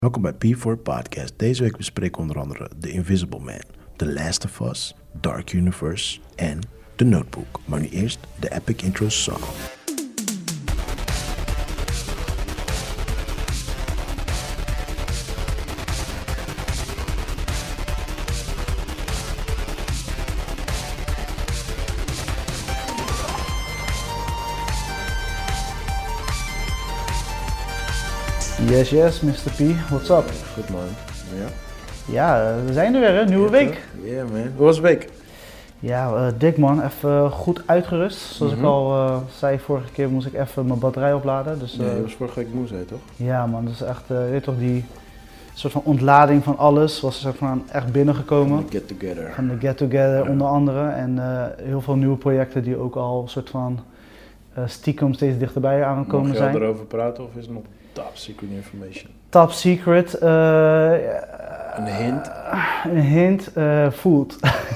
Welkom bij P4 Podcast. Deze week bespreken we onder andere The Invisible Man, The Last of Us, Dark Universe en The Notebook. Maar nu eerst de epic intro song. Yes, Mr. P. What's up? Goed man. Ja? Ja, we zijn er weer, hè? Nieuwe week. Yeah man. Hoe was de week? Ja, dik man. Even goed uitgerust. Zoals ik al zei, vorige keer moest ik even mijn batterij opladen. Dus, Nee, dat was vorige week moe, zei toch? Ja man, dat is echt, weet je toch, die soort van ontlading van alles was er van echt binnengekomen. Van de get-together. Van de get-together onder andere. En heel veel nieuwe projecten die ook al soort van stiekem steeds dichterbij aan het komen Mag je zijn. al erover praten of is het nog top secret information? Top secret. Een hint? Een hint, food.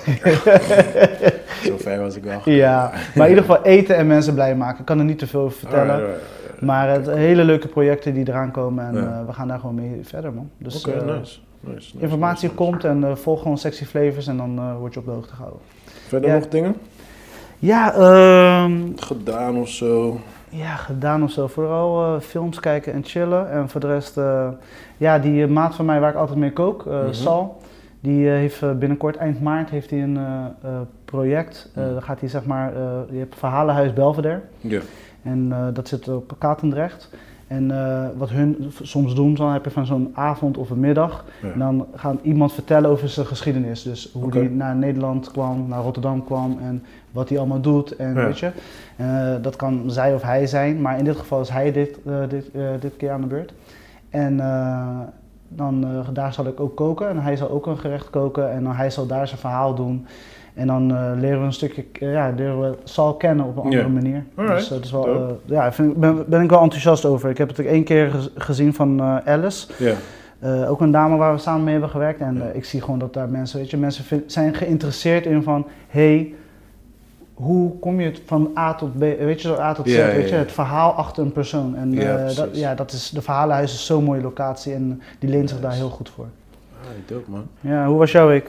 Zover was ik wel. Ja, maar in ieder geval eten en mensen blij maken. Ik kan er niet te veel over vertellen. Alright. Maar het hele leuke projecten die eraan komen en we gaan daar gewoon mee verder, man. Dus Oké, nice. informatie komt en volg gewoon Sexy Flavors en dan word je op de hoogte gehouden. Verder nog dingen? Ja, Gedaan of zo? ja, gedaan of zo. Vooral films kijken en chillen. En voor de rest, ja, die maat van mij waar ik altijd mee kook, Sal, die heeft binnenkort, eind maart, heeft hij een project. Dan gaat hij zeg maar, je hebt Verhalenhuis Belvedere. Ja. En dat zit op Katendrecht. En wat hun soms doen, dan heb je van zo'n avond of een middag. Ja. En dan gaat iemand vertellen over zijn geschiedenis. Dus hoe Oké. hij naar Nederland kwam, naar Rotterdam kwam en wat hij allemaal doet. En Ja. weet je, dat kan zij of hij zijn. Maar in dit geval is hij dit keer aan de beurt. En daar zal ik ook koken en hij zal ook een gerecht koken. En dan hij zal daar zijn verhaal doen. En dan leren we een stukje, leren we Sal kennen op een andere manier. Alright. Dus dat is wel, ben ik wel enthousiast over. Ik heb het ook 1 keer gezien van Alice. Ja. Ook een dame waar we samen mee hebben gewerkt. En Ja. ik zie gewoon dat daar mensen, weet je, mensen zijn geïnteresseerd in van, hey, hoe kom je van A tot B, weet je, zo A tot Z, Ja, ja, weet je, ja. het verhaal achter een persoon. En dat is, de Verhalenhuis is zo'n mooie locatie en die leent zich daar heel goed voor. Dope man. Ja, hoe was jouw week?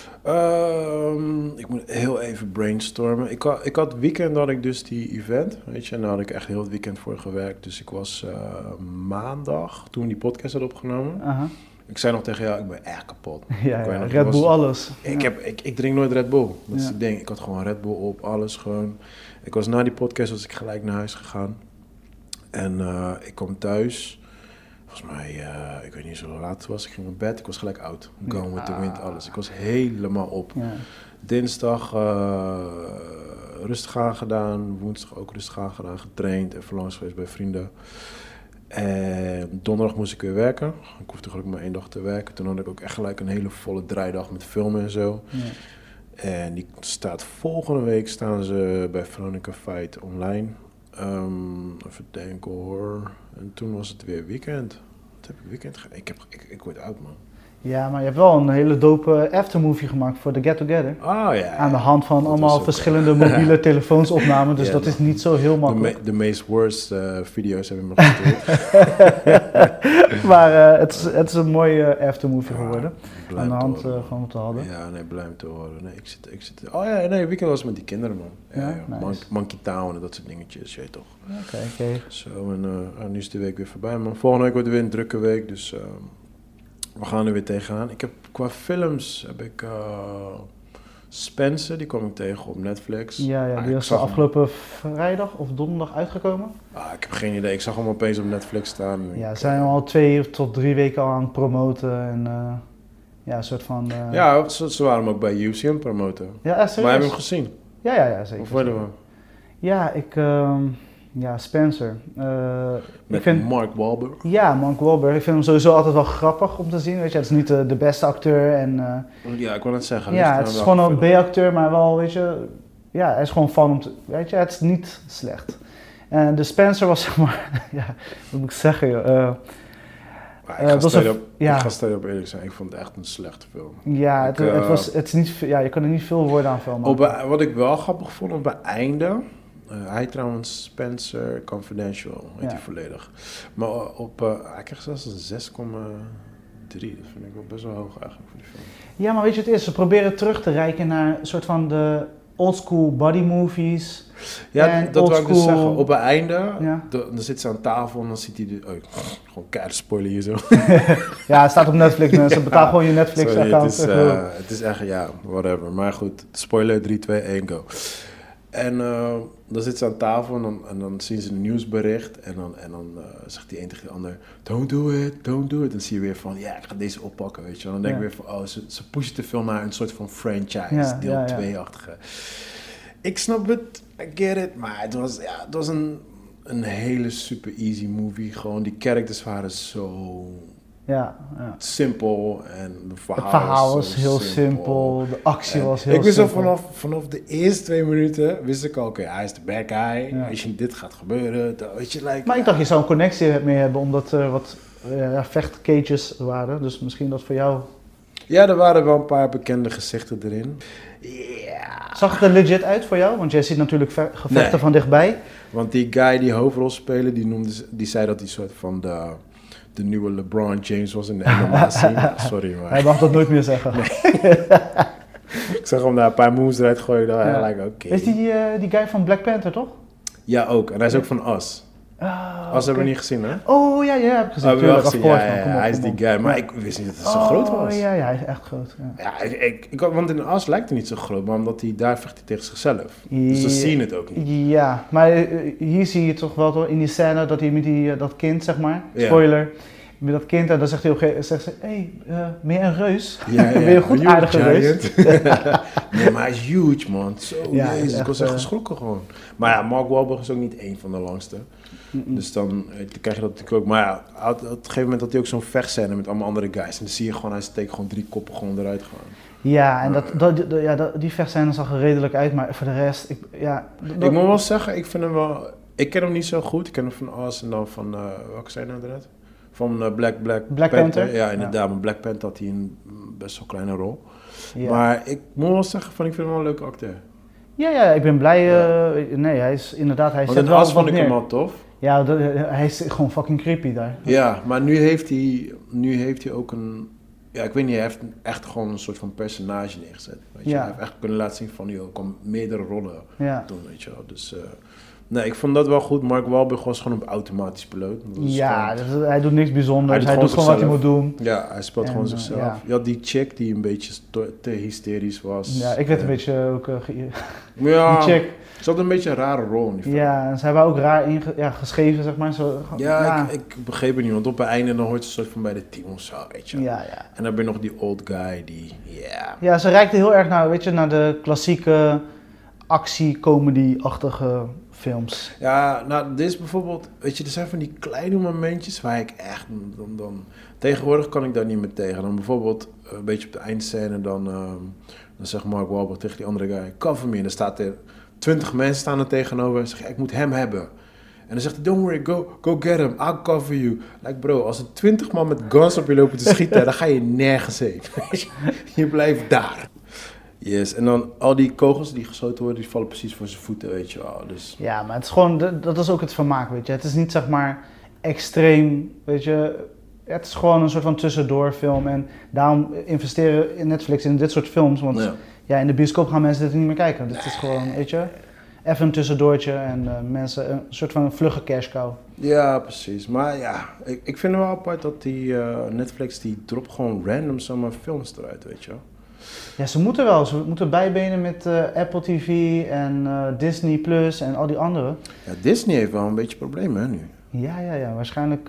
Ik moet heel even brainstormen. Ik had weekend had ik dus die event, weet je, en daar had ik echt heel het weekend voor gewerkt. Dus ik was maandag, toen we die podcast had opgenomen. Aha. Ik zei nog tegen jou, ik ben echt kapot. Ja, Ik weet nog, Red Bull alles. Ik drink nooit Red Bull. Dat is Ja. het ding. Ik had gewoon Red Bull op, alles gewoon. Ik was na die podcast was ik gelijk naar huis gegaan. En ik kwam thuis. Volgens mij, ik weet niet zo laat het was. Ik ging naar bed. Ik was gelijk oud. Gone with the wind, alles. Ik was helemaal op. Ja. Dinsdag rustig aan gedaan. Woensdag ook rustig aan gedaan. Getraind. Even langs geweest bij vrienden. En donderdag moest ik weer werken. Ik hoefde gelukkig maar 1 dag te werken. Toen had ik ook echt gelijk een hele volle draaidag met filmen en zo. Ja. En die staat volgende week staan ze bij Veronica Fight online. Even denken hoor. En toen was het weer weekend. Wat heb ik weekend gedaan? Ik word oud man. Ja, maar je hebt wel een hele dope aftermovie gemaakt voor de Get Together. Ah ja. Aan de hand van dat allemaal was ook, verschillende mobiele telefoonsopnamen, dus Ja, dat is niet zo heel makkelijk. De meest worst video's hebben me gestuurd. Maar het is een mooie aftermovie geworden. Blij Aan de om te hand horen. van wat we hadden. Ja, nee, blij om te horen. Nee, ik zit. Oh ja, nee, weekend was met die kinderen man. Ja, Ja. nice. Monkey Town en dat soort dingetjes, je weet toch. Oké. Zo, en nu is de week weer voorbij, man. Volgende week wordt weer een drukke week, dus we gaan er weer tegenaan. Ik heb qua films, Spencer, die kwam ik tegen op Netflix. Ja, die ik was zag hem. afgelopen vrijdag of donderdag uitgekomen. Ik heb geen idee, ik zag hem opeens op Netflix staan. En Ja, ik, zijn al 2 tot 3 weken al aan het promoten en een soort van... Ja, ze waren hem ook bij UC aan het promoten. Ja, Maar serieus? heb je hem gezien? Ja, zeker. Of worden we? Ja, Spencer. Met ik vind, Mark Wahlberg. ja, Mark Wahlberg. Ik vind hem sowieso altijd wel grappig om te zien. Weet je, het is niet de beste acteur en... Ja, ik wil het zeggen. ja, het is gewoon een B-acteur, maar wel, weet je... Ja, hij is gewoon fun om te... Weet je, het is niet slecht. En de Spencer was, zeg maar... ja, wat moet ik zeggen, joh? Ik ga ja. straight op eerlijk zijn, ik vond het echt een slechte film. Ja, het is niet, ja, je kan er niet veel woorden aan filmen. Wat ik wel grappig vond, op het einde, Hij trouwens Spencer Confidential, heet hij volledig. Maar hij krijgt zelfs een 6,3. Dat vind ik wel best wel hoog eigenlijk voor die film. Ja, maar weet je wat het is? Ze proberen terug te reiken naar een soort van de oldschool buddy movies. Ja, dat wou ik dus zeggen. Op het einde, Ja. dan zit ze aan tafel en dan ziet hij gewoon keihard spoiler hier zo. Ja, het staat op Netflix, mensen. Betaal gewoon je Netflix-account. Het is echt, ja, whatever. Maar goed, spoiler 3, 2, 1, go. En dan zit ze aan tafel en dan zien ze een nieuwsbericht. En dan zegt die een tegen de ander, don't do it. En dan zie je weer van, ja, ik ga deze oppakken, weet je wel. Dan denk ik weer van, ze pushen te veel naar een soort van franchise, deel 2-achtige. Ik snap het, I get it, maar het was een hele super easy movie. Gewoon, die characters waren zo simpel en het verhaal was heel simpel, de actie was heel simpel. Ik wist al vanaf de eerste 2 minuten, wist ik al, oké, hij is de bad guy. Ja. Weet je, dit gaat gebeuren, weet je, Maar ik dacht, je zou een connectie mee hebben, omdat er wat vechtcages waren, dus misschien dat voor jou... Ja, er waren wel een paar bekende gezichten erin. Yeah. Zag het er legit uit voor jou? Want jij ziet natuurlijk gevechten van dichtbij. Want die guy die hoofdrol speelde, die zei dat hij soort van de nieuwe LeBron James was in de MMA scene. Sorry, maar... Hij mag dat nooit meer zeggen. Nee. Ik zag hem daar een paar moves eruit gooien, dan hij oké. Is die guy van Black Panther, toch? Ja, ook. En hij is ook van Us. Us hebben we niet gezien, hè? Oh, ja, heb ik gezien. Oh, wel gezien. Ja, hij is die guy. Maar ik wist niet dat hij zo groot was. Ja, hij is echt groot. Ja, want in de Us lijkt hij niet zo groot, maar omdat hij daar vecht hij tegen zichzelf. Dus dan zie je het ook niet. Ja, maar hier zie je toch wel in die scène dat hij met dat kind, zeg maar, spoiler, met dat kind en dan zegt hij op een gegeven moment, hey, ben je een reus? Ben je een goed aardige reus? Nee, maar hij is huge, man. Zo, jezus, ik was echt geschrokken gewoon. Maar ja, Mark Wahlberg is ook niet één van de langste. Dus dan krijg je dat natuurlijk ook. Maar ja, op een gegeven moment had hij ook zo'n vechtscène met allemaal andere guys. En dan zie je gewoon, hij steekt gewoon 3 koppen gewoon eruit gaan. Ja, en die vechtscène zag er redelijk uit, maar voor de rest, ik moet wel zeggen, ik vind hem wel... Ik ken hem niet zo goed. Ik ken hem van Us en dan van... welke zijn nou eruit? Van Black Panther. Ja, inderdaad. Maar Black Panther had hij een best wel kleine rol. Ja. Maar ik moet wel zeggen, ik vind hem wel een leuke acteur. Ja, ik ben blij. Nee, hij is inderdaad... Hij zet wel wat vond ik hem al tof. Ja, hij is gewoon fucking creepy daar. Ja, maar nu heeft hij ook een... Ja, ik weet niet, hij heeft echt gewoon een soort van personage neergezet. Weet je? Hij heeft echt kunnen laten zien van, joh, ik kan meerdere rollen doen, weet je wel. Dus... nee, ik vond dat wel goed. Mark Wahlberg was gewoon op automatisch piloot. Hij doet niks bijzonders. Hij doet gewoon wat hij moet doen. Ja, hij speelt gewoon zichzelf. Ja. Je had die chick die een beetje te hysterisch was. Ja, ik werd een beetje ook... die chick. Ze had een beetje een rare rol in die film. Ja, en ze hebben ook raar geschreven, zeg maar. Ik begreep het niet, want op het einde dan hoort ze soort van bij de team of zo, weet je. Ja. En dan heb je nog die old guy die... Ja, ze reikte heel erg naar de klassieke actie-comedy-achtige films. Ja, nou, dit is bijvoorbeeld, weet je, er zijn van die kleine momentjes waar ik echt dan tegenwoordig kan ik daar niet meer tegen. Dan bijvoorbeeld een beetje op de eindscène dan zegt Mark Wahlberg tegen die andere guy, cover me. En dan staat er 20 mensen staan er tegenover en zeggen, ik moet hem hebben. En dan zegt hij, don't worry, go get him, I'll cover you. Like bro, als er 20 man met guns op je lopen te schieten, dan ga je nergens heen. Je blijft daar. Yes, en dan al die kogels die geschoten worden, die vallen precies voor zijn voeten, weet je wel. Dus... Ja, maar het is gewoon, dat is ook het vermaak, weet je. Het is niet, zeg maar, extreem, weet je. Het is gewoon een soort van tussendoorfilm. En daarom investeren in Netflix in dit soort films. Want in de bioscoop gaan mensen dit niet meer kijken. Dus het is gewoon, weet je, even een tussendoortje en mensen een soort van vlugge cash cow. Ja, precies. Maar ja, ik vind het wel apart dat die Netflix, die dropt gewoon random zomaar films eruit, weet je wel. Ja, ze moeten wel. Ze moeten bijbenen met Apple TV en Disney Plus en al die andere. Ja, Disney heeft wel een beetje problemen hè, nu. Ja. Waarschijnlijk...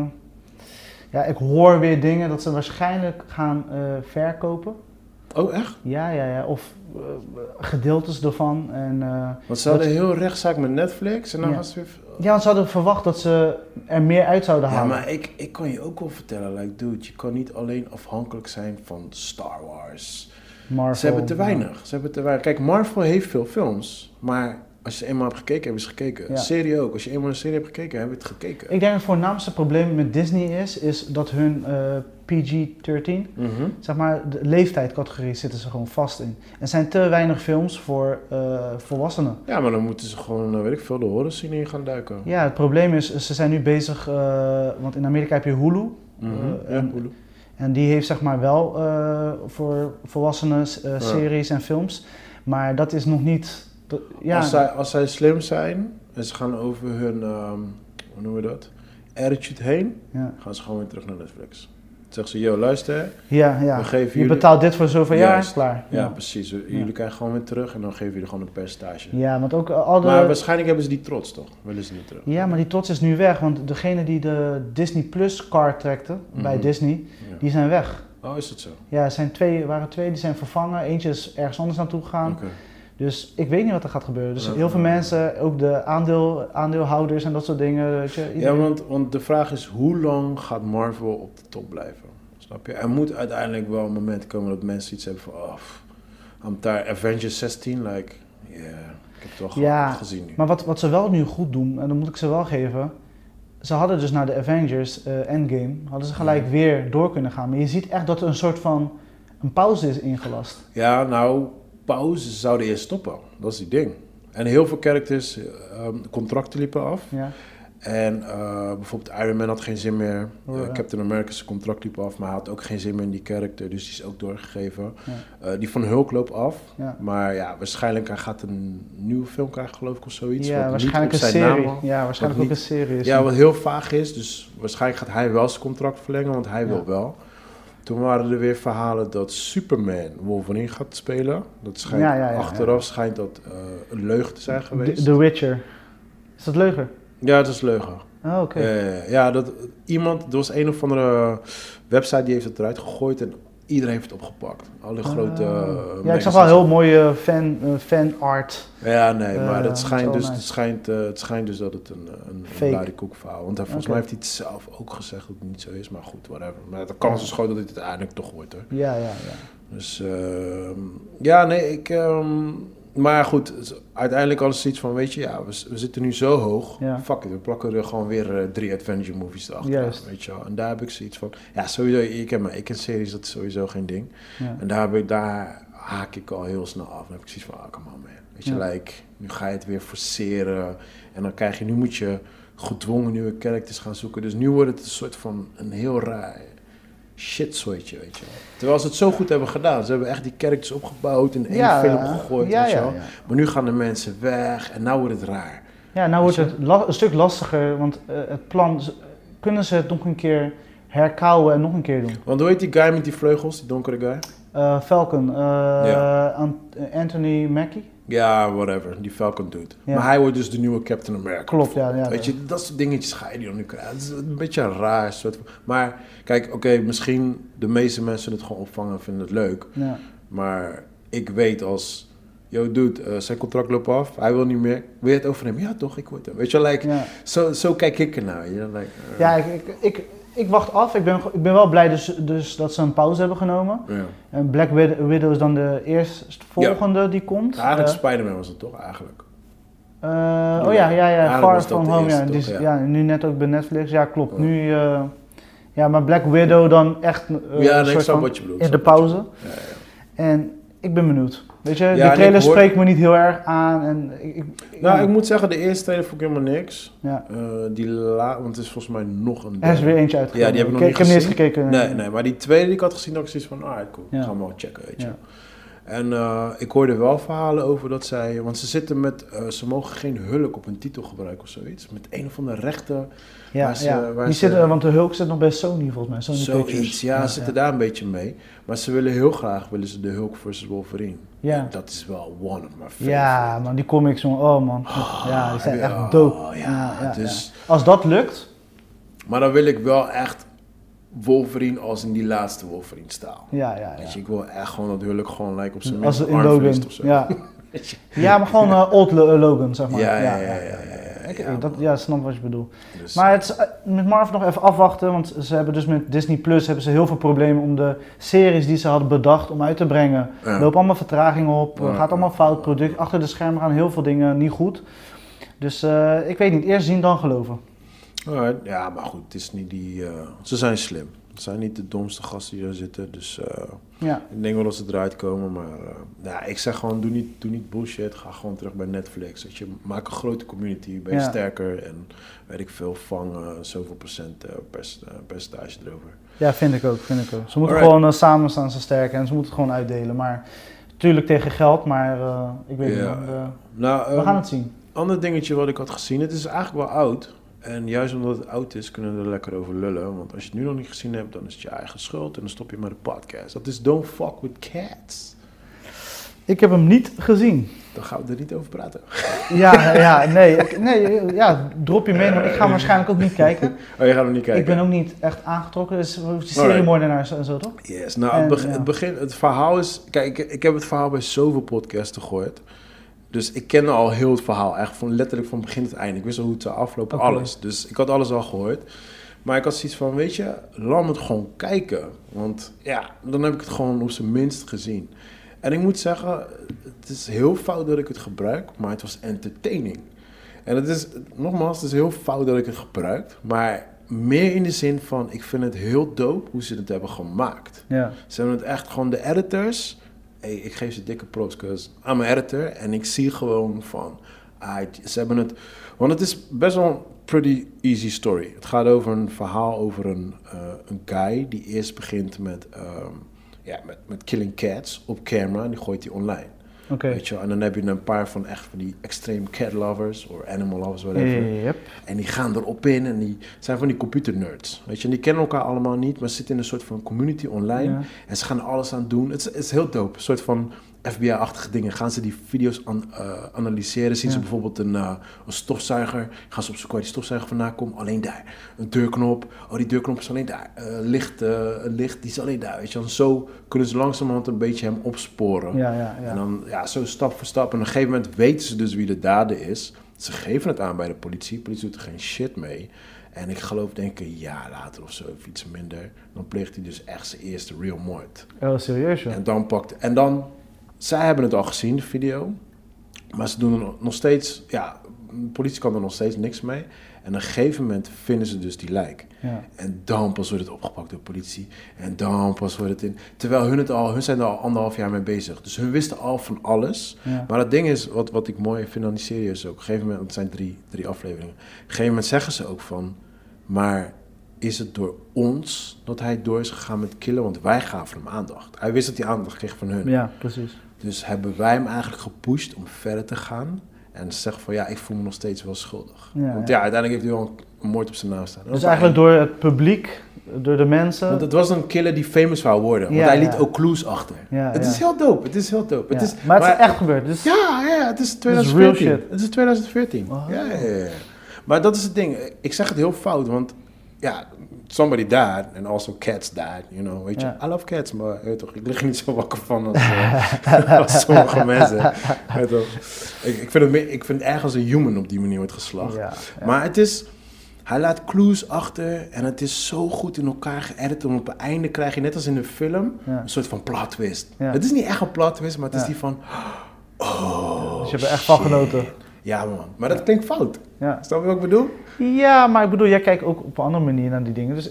ik hoor weer dingen dat ze waarschijnlijk gaan verkopen. Oh, echt? Ja. Of gedeeltes ervan. Want ze hadden een heel rechtszaak met Netflix en dan was het weer... Ja, want ze hadden verwacht dat ze er meer uit zouden halen. Ja, maar ik kan je ook wel vertellen, like dude, je kan niet alleen afhankelijk zijn van Star Wars. Marvel. Ze hebben te weinig. Kijk, Marvel heeft veel films, maar als je eenmaal hebt gekeken, hebben ze gekeken. Ja. Serie ook. Als je eenmaal een serie hebt gekeken, hebben we het gekeken. Ik denk dat het voornaamste probleem met Disney is dat hun PG-13. Mhm. Zeg maar, de leeftijdscategorie zitten ze gewoon vast in. Er zijn te weinig films voor volwassenen. Ja, maar dan moeten ze gewoon, weet ik veel, de horror scene in gaan duiken. Ja, het probleem is, ze zijn nu bezig, want in Amerika heb je Hulu. Mhm. En die heeft zeg maar wel voor volwassenen series en films. Maar dat is nog niet... Als zij slim zijn en ze gaan over hun, hoe noemen we dat, attitude heen, gaan ze gewoon weer terug naar Netflix. Dan zeggen ze, yo, luister, we geven je jullie... betaalt dit voor zoveel jaar, klaar. Ja, precies. Jullie krijgen gewoon weer terug en dan geven jullie gewoon een percentage. Ja, want ook al de... Maar waarschijnlijk hebben ze die trots toch? Willen ze niet terug? Ja, maar die trots is nu weg, want degene die de Disney Plus card trekte bij Disney, die zijn weg. Oh, is het zo? Ja, er waren twee die zijn vervangen. Eentje is ergens anders naartoe gegaan. Okay. Dus ik weet niet wat er gaat gebeuren. Dus heel veel mensen, ook de aandeelhouders en dat soort dingen. Weet je, iedereen... Ja, want de vraag is, hoe lang gaat Marvel op de top blijven? Snap je? Er moet uiteindelijk wel een moment komen dat mensen iets hebben van, I'm tired. Avengers 16, like, yeah, ik heb het wel gezien nu. Maar wat ze wel nu goed doen, en dan moet ik ze wel geven, ze hadden dus naar de Avengers Endgame, hadden ze gelijk weer door kunnen gaan. Maar je ziet echt dat er een soort van een pauze is ingelast. Ja, nou, pauze zouden eerst stoppen. Dat is die ding. En heel veel characters, contracten liepen af. Ja. En bijvoorbeeld Iron Man had geen zin meer. Captain America's contract liep af, maar hij had ook geen zin meer in die character. Dus die is ook doorgegeven. Ja. Die van Hulk loopt af. Ja. Maar ja, waarschijnlijk hij gaat een nieuwe film krijgen, geloof ik, of zoiets. Ja, waarschijnlijk een serie. Ja, waarschijnlijk ook een serie. Ja, wat heel vaag is. Dus waarschijnlijk gaat hij wel zijn contract verlengen, want hij wil wel. Toen waren er weer verhalen dat Superman Wolverine gaat spelen. Dat schijnt, achteraf schijnt dat een leugen te zijn geweest. The Witcher. Is dat leugen? Ja, het is leugen. Oh, oké. Er was een of andere website die heeft het eruit gegooid en iedereen heeft het opgepakt. Alle grote... ik zag wel heel mooie fan art. Ja, nee, maar het schijnt dus dat het een larikoek verhaal. Want volgens mij heeft hij het zelf ook gezegd dat het niet zo is, maar goed, whatever. Maar de kans is groot dat het uiteindelijk toch wordt, hoor. Ja. Dus, maar goed, uiteindelijk hadden ze iets van, weet je, we zitten nu zo hoog. Ja. Fuck it, we plakken er gewoon weer 3 Adventure movies erachter. Weet je wel. En daar heb ik zoiets van, ja, sowieso, ik ken series, dat is sowieso geen ding. Ja. En daar haak ik al heel snel af. Dan heb ik zoiets van, come on man. Weet je, nu ga je het weer forceren. En dan nu moet je gedwongen nieuwe characters gaan zoeken. Dus nu wordt het een soort van een heel raar shitsoortje, weet je wel. Terwijl ze het zo goed hebben gedaan. Ze hebben echt die characters opgebouwd in één film gegooid, weet je wel. Ja. Maar nu gaan de mensen weg en nou wordt het raar. Ja, nou wordt het een stuk lastiger, want het plan, kunnen ze het nog een keer herkauwen en nog een keer doen. Want hoe heet die guy met die vleugels, die donkere guy? Falcon, Anthony Mackie. Ja, whatever, die Falcon doet. Ja. Maar hij wordt dus de nieuwe Captain America. Klopt, ja. Weet je, dat soort dingetjes ga je die dan nu krijgen. Het is een beetje een raar soort van... Maar kijk, oké, misschien de meeste mensen het gewoon opvangen en vinden het leuk. Ja. Maar ik weet als... Yo, dude, zijn contract loopt af, hij wil niet meer. Wil je het overnemen? Ja, toch, ik word het. Weet je, zo kijk ik ernaar. Ja, ik wacht af. Ik ben wel blij dus dat ze een pauze hebben genomen. Ja. En Black Widow is dan de eerstvolgende die komt. Ja, eigenlijk Spider-Man was het toch eigenlijk? Far From Home. Nu net ook bij Netflix. Ja, klopt. Ja. Nu, maar Black Widow dan echt ik snap wat je bedoelt. In de pauze. Ja. En ik ben benieuwd. Weet je, die trailer spreekt me niet heel erg aan. En ik moet zeggen, de eerste trailer vond ik helemaal niks. Ja. Want het is volgens mij nog een... Er is weer eentje uitgekomen. Ja, die heb ik nog niet gezien. Ik heb niet eens gekeken. Nee, maar die tweede die ik had gezien, had ik zoiets van, cool. Ja. Gaan we wel checken, weet je. Ja. En ik hoorde wel verhalen over dat zij... Want ze zitten met... ze mogen geen Hulk op hun titel gebruiken of zoiets. Met een of andere rechten... want de Hulk zit nog bij Sony volgens mij. Sony Pictures. Ja, ze zitten daar een beetje mee. Maar ze willen heel graag de Hulk versus Wolverine. Ja. En dat is wel one of my favorite. Ja, man, die comics, man. Die zijn echt dope. Dus... Als dat lukt... Maar dan wil ik wel echt Wolverine als in die laatste Wolverine staal. Weet je, ik wil echt gewoon dat Hulk gewoon lijkt op zijn minst arm verliest of zo. Ja, maar gewoon old Logan, zeg maar. Ja, snap wat je bedoelt. Dus, maar het is met Marvel nog even afwachten, want ze hebben dus met Disney Plus hebben ze heel veel problemen om de series die ze hadden bedacht om uit te brengen. Er lopen allemaal vertragingen op, gaat allemaal fout, product. Achter de schermen gaan heel veel dingen niet goed. Dus ik weet niet, eerst zien dan geloven. Ja, maar goed, het is niet die... ze zijn slim. Het zijn niet de domste gasten die er zitten, dus Ja. ik denk wel dat ze eruit komen. Maar ja, ik zeg gewoon, doe niet bullshit. Ga gewoon terug bij Netflix. Weet je, maak een grote community, ben je sterker en weet ik veel, vang zoveel procent percentage erover. Ja, vind ik ook. Ze moeten gewoon samen staan, ze sterk en ze moeten het gewoon uitdelen. Maar natuurlijk tegen geld, maar ik weet niet. We gaan het zien. Ander dingetje wat ik had gezien, het is eigenlijk wel oud. En juist omdat het oud is, kunnen we er lekker over lullen. Want als je het nu nog niet gezien hebt, dan is het je eigen schuld. En dan stop je met de podcast. Dat is Don't Fuck With Cats. Ik heb hem niet gezien. Dan gaan we er niet over praten. Ja, drop je mee. Maar ik ga hem waarschijnlijk ook niet kijken. Oh, je gaat hem niet kijken? Ik ben ook niet echt aangetrokken. Dus seriemoordenaars en zo, toch? Yes, nou, het verhaal is... Kijk, ik heb het verhaal bij zoveel podcasts gehoord. Dus ik kende al heel het verhaal, echt letterlijk van begin tot einde. Ik wist al hoe het zou aflopen, alles. Dus ik had alles al gehoord. Maar ik had zoiets van, weet je, laat me het gewoon kijken. Want ja, dan heb ik het gewoon op zijn minst gezien. En ik moet zeggen, het is heel fout dat ik het gebruik, maar het was entertaining. En het is, nogmaals, het is heel fout dat ik het gebruik, maar meer in de zin van, ik vind het heel dope hoe ze het hebben gemaakt. Ja. Ze hebben het echt gewoon, de editors... Hey, ik geef ze dikke props, because I'm an editor. En ik zie gewoon van... ze hebben het... Want het is best wel een pretty easy story. Het gaat over een verhaal over een guy die eerst begint met killing cats op camera. En die gooit hij online. Okay. Weet je wel? En dan heb je een paar van echt van die extreme cat lovers of animal lovers, whatever. Yep. En die gaan erop in en die zijn van die computer nerds. Weet je, en die kennen elkaar allemaal niet, maar ze zitten in een soort van community online. Ja. En ze gaan er alles aan doen. Het is heel dope. Een soort van FBI-achtige dingen. Gaan ze die video's analyseren. Zien ze bijvoorbeeld een stofzuiger. Gaan ze op zoek waar die stofzuiger vandaan komt. Alleen daar. Een deurknop. Oh, die deurknop is alleen daar. Licht, die is alleen daar. Weet je. En zo kunnen ze langzamerhand een beetje hem opsporen. Ja. En dan zo stap voor stap. En op een gegeven moment weten ze dus wie de dader is. Ze geven het aan bij de politie. De politie doet er geen shit mee. En ik geloof, denk ik, een jaar later of zo, of iets minder. Dan pleegt hij dus echt zijn eerste real moord. Oh, serieus? Ja. En dan zij hebben het al gezien, de video. Maar ze doen er nog steeds... Ja, de politie kan er nog steeds niks mee. En op een gegeven moment vinden ze dus die lijk. Ja. En dan pas wordt het opgepakt door de politie. En dan pas wordt het in... Terwijl hun zijn er al 1,5 jaar mee bezig. Dus hun wisten al van alles. Ja. Maar het ding is, wat ik mooi vind aan die serie is ook... Op een gegeven moment, het zijn 3 afleveringen. Op een gegeven moment zeggen ze ook van... Maar is het door ons dat hij door is gegaan met killen? Want wij gaven hem aandacht. Hij wist dat hij aandacht kreeg van hun. Ja, precies. Dus hebben wij hem eigenlijk gepusht om verder te gaan. En zeggen van, ja, ik voel me nog steeds wel schuldig. Ja, want uiteindelijk heeft hij wel een moord op zijn naam staan. Dus eigenlijk door het publiek, door de mensen... Want het was een killer die famous wou worden. Want hij liet ook clues achter. Ja, het is heel dope, het is heel dope. Ja. Maar het is echt gebeurd. Dus... Ja, het is 2014. Het is 2014. Oh. Ja. Maar dat is het ding. Ik zeg het heel fout, want... Ja, somebody died and also cats died, you know, weet je. I love cats, maar toch, ik lig er niet zo wakker van als sommige mensen. Ik vind het erg als een human op die manier wordt geslacht. Ja. Maar het is, hij laat clues achter en het is zo goed in elkaar geëdit. En op het einde krijg je, net als in een film, een soort van plot twist. Ja. Het is niet echt een plot twist, maar het is die van, dus je hebt er echt van genoten. Ja man, maar dat klinkt fout. Ja. Snap je wat ik bedoel? Ja, maar ik bedoel, jij kijkt ook op een andere manier naar die dingen. Dus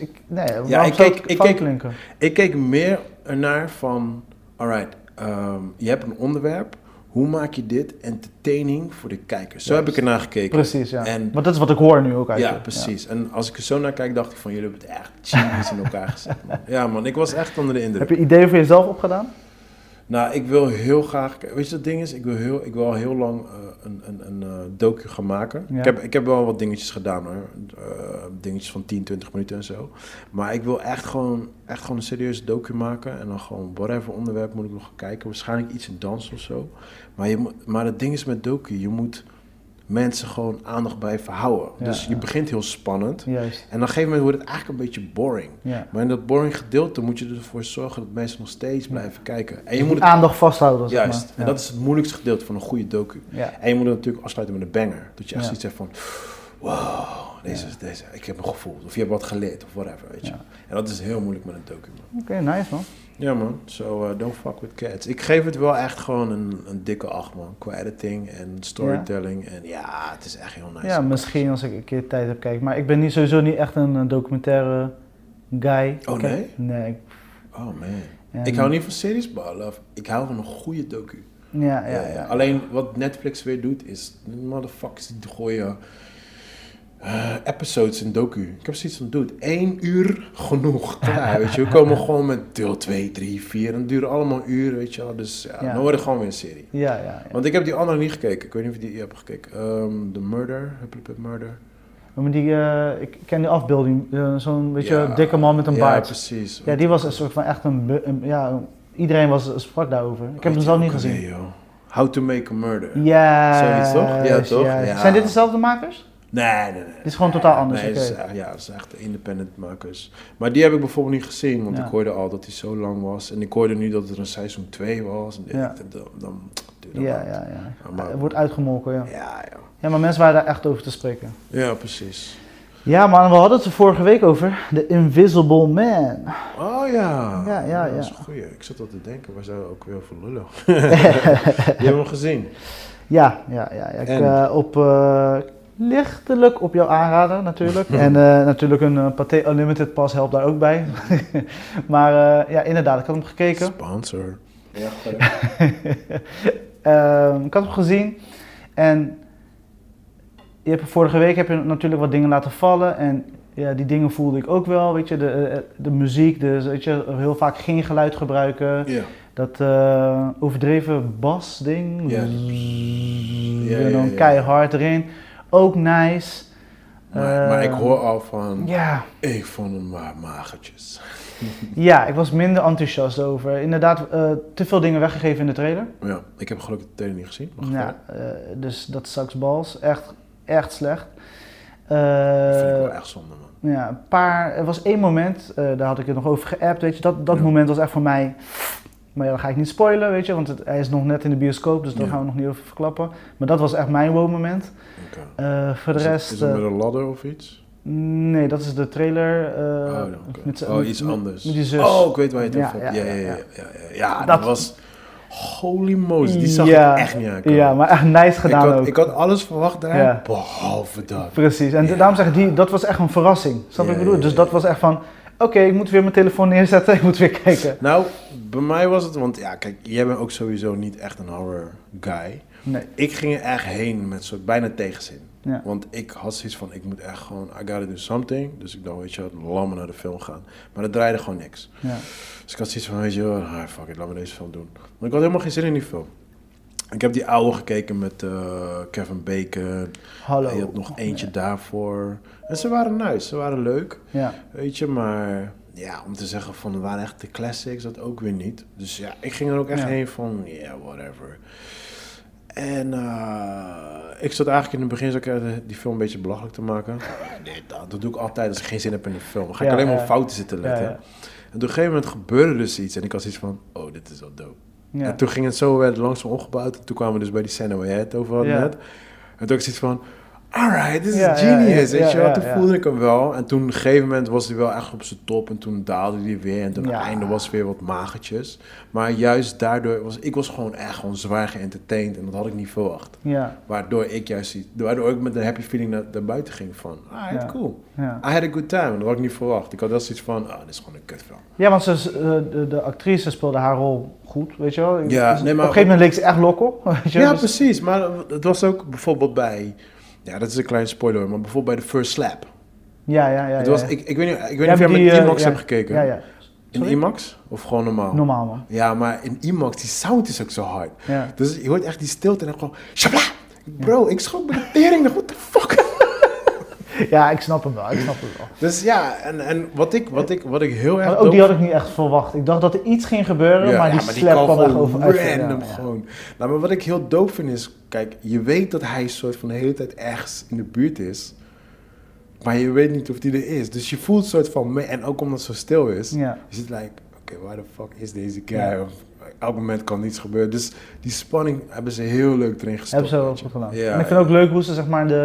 ik keek meer ernaar van, alright, je hebt een onderwerp. Hoe maak je dit entertaining voor de kijkers? Zo heb ik ernaar gekeken. Precies, ja. Want dat is wat ik hoor nu ook eigenlijk. Ja, precies. Ja. En als ik er zo naar kijk, dacht ik van, jullie hebben het echt genius in elkaar gezet, man. Ja man, ik was echt onder de indruk. Heb je ideeën voor jezelf opgedaan? Nou, ik wil heel graag... Weet je, dat ding is, ik wil al heel lang een docu gaan maken. Ja. Ik heb wel wat dingetjes gedaan hoor. Dingetjes van 10, 20 minuten en zo. Maar ik wil echt gewoon een serieuze docu maken. En dan gewoon whatever onderwerp moet ik nog gaan kijken. Waarschijnlijk iets in dans of zo. Maar het ding is met docu, je moet mensen gewoon aandacht blijven houden. Ja, dus je begint heel spannend. Juist. En op een gegeven moment wordt het eigenlijk een beetje boring. Ja. Maar in dat boring gedeelte moet je ervoor zorgen dat mensen nog steeds blijven kijken. En je moet aandacht vasthouden. Juist. Maar. En dat is het moeilijkste gedeelte van een goede docu. Ja. En je moet het natuurlijk afsluiten met een banger. Dat je echt zoiets zegt van, wow, deze, ik heb me gevoeld. Of je hebt wat geleerd of whatever, weet je. Ja. En dat is heel moeilijk met een docu. Oké, nice man. Ja man, don't fuck with cats. Ik geef het wel echt gewoon een dikke 8 man. Qua editing en storytelling. Ja. En ja, het is echt heel nice. Ja, misschien als ik een keer tijd heb kijken. Maar ik ben sowieso niet echt een documentaire Guy. Oh, nee? Nee. Oh man. En- Ik hou niet van series, maar ik hou van een goede docu. Ja. Alleen wat Netflix weer doet is, motherfuckers die gooien episodes in docu. Ik heb zoiets van, dude, 1 uur genoeg. Klaar, weet je. We komen gewoon met deel 2, 3, 4 en het duurt allemaal een uur, weet je wel. Dus ja, dan wordt het gewoon weer een serie. Ja. Want ik heb die andere niet gekeken. Ik weet niet of je die hebt gekeken. The Murder, Public Murder. Maar ik ken die afbeelding, zo'n beetje dikke man met een baard. Ja, precies. Ja, die was een soort van echt iedereen sprak daarover. Ik heb hem zelf niet gezien. Joh. How to Make a Murder. Ja. Zoiets toch? Ja, toch? Ja. Zijn dit dezelfde makers? Nee. Dit is gewoon totaal anders. Nee, dat is echt independent makers. Maar die heb ik bijvoorbeeld niet gezien, want ik hoorde al dat hij zo lang was. En ik hoorde nu dat er een seizoen 2 was. En Maar het wordt uitgemolken, ja. Ja. Ja, maar mensen waren daar echt over te spreken. Ja, precies. Ja, maar we hadden het er vorige week over. The Invisible Man. Oh ja. Ja. Dat is een goeie. Ik zat al te denken, waar zou ook weer over lullen? Die hebben hem gezien. Ja. Lichtelijk op jouw aanraden natuurlijk. En natuurlijk een Pathé Unlimited Pass helpt daar ook bij. Maar inderdaad, ik had hem gekeken. Sponsor. Ja, ik had hem gezien. En vorige week heb je natuurlijk wat dingen laten vallen. En ja, die dingen voelde ik ook wel. Weet je, de muziek, weet je, heel vaak geen geluid gebruiken. Ja. Dat overdreven basding. Ja. En dan keihard erin. Ook nice. Maar ik hoor al van, ja. Ik vond hem maar magertjes. Ja, ik was minder enthousiast over. Inderdaad, te veel dingen weggegeven in de trailer. Ja, ik heb gelukkig de trailer niet gezien. Dus dat sucks balls. Echt slecht. Dat vind ik wel echt zonde, man. Ja, er was 1 moment, daar had ik het nog over geappt, weet je. Dat moment was echt voor mij... Maar ja, dat ga ik niet spoilen, weet je, want hij is nog net in de bioscoop, dus daar gaan we nog niet over verklappen. Maar dat was echt mijn wow-moment. Okay. Voor de rest... Is het met een ladder of iets? Nee, dat is de trailer. Iets anders. Met die zus. Oh, ik weet waar je het over hebt. Ja, dat was... Holy Moses, die zag ik echt niet aankomen. Ja, maar echt nice gedaan ook. Ik had alles verwacht daar, behalve dat. Precies, en daarom zeg ik, dat was echt een verrassing. Snap je wat ik bedoel? Dus dat was echt van... Oké, ik moet weer mijn telefoon neerzetten, ik moet weer kijken. Nou, bij mij was het, want ja, kijk, jij bent ook sowieso niet echt een horror guy. Nee. Ik ging er echt heen met soort bijna tegenzin. Ja. Want ik had zoiets van, ik moet echt gewoon, I gotta do something. Dus ik dacht, weet je wat, laat me naar de film gaan. Maar er draaide gewoon niks. Ja. Dus ik had zoiets van, weet je wat, fuck it, laat me deze film doen. Maar ik had helemaal geen zin in die film. Ik heb die oude gekeken met Kevin Bacon. Hallo. Je had nog eentje daarvoor. En ze waren nice, ze waren leuk. Ja. Weet je, maar ja, om te zeggen van, we waren echt de classics, dat ook weer niet. Dus ja, ik ging er ook echt heen van, whatever. En ik zat eigenlijk in het begin die film een beetje belachelijk te maken. Nee, dat doe ik altijd als ik geen zin heb in een film. Dan ga ik alleen maar op fouten zitten letten. En op een gegeven moment gebeurde dus iets en ik had iets van, oh, dit is wel dope. Ja. En toen ging het zo langzaam opgebouwd. En toen kwamen we dus bij die scène waar jij het over had net. En toen had ik zoiets van, alright, this is genius, weet je wel. Toen voelde ik hem wel. En toen op een gegeven moment was hij wel echt op zijn top. En toen daalde hij weer. En toen aan het einde was het weer wat magertjes. Maar juist daardoor ik was gewoon echt zwaar geëntertained. En dat had ik niet verwacht. Ja. Waardoor ik met een happy feeling naar buiten ging van, cool. Ja. I had a good time. En dat had ik niet verwacht. Ik had wel zoiets van, dit is gewoon een kutfilm. Ja, want de actrice speelde haar rol goed, weet je wel. Ja, dus op een gegeven moment leek ze echt lokkel. Ja, dus precies. Maar het was ook bijvoorbeeld bij... Ja, dat is een kleine spoiler, maar bijvoorbeeld bij de First Slap. Ja. Ik weet niet of jij met IMAX hebt gekeken. Ja. In IMAX? Of gewoon normaal? Normaal, man. Ja, maar in IMAX, die sound is ook zo hard. Ja. Dus je hoort echt die stilte en dan gewoon... Shabla! Bro, ik schrok met de tering. What the fuck? Ja, ik snap hem wel. Dus ja, en wat ik heel erg... Maar ook die had ik niet echt verwacht. Ik dacht dat er iets ging gebeuren, maar die slap kwam echt over random gewoon. Nou, maar wat ik heel doof vind is... Kijk, je weet dat hij soort van de hele tijd ergens in de buurt is. Maar je weet niet of die er is. Dus je voelt een soort van... En ook omdat het zo stil is. Ja. Je zit like... Oké, waar de fuck is deze guy? Ja. Of, elk moment kan iets gebeuren. Dus die spanning hebben ze heel leuk erin gestopt. Hebben ze wel goed gedaan. Ja, en ik vind ook leuk hoe ze zeg maar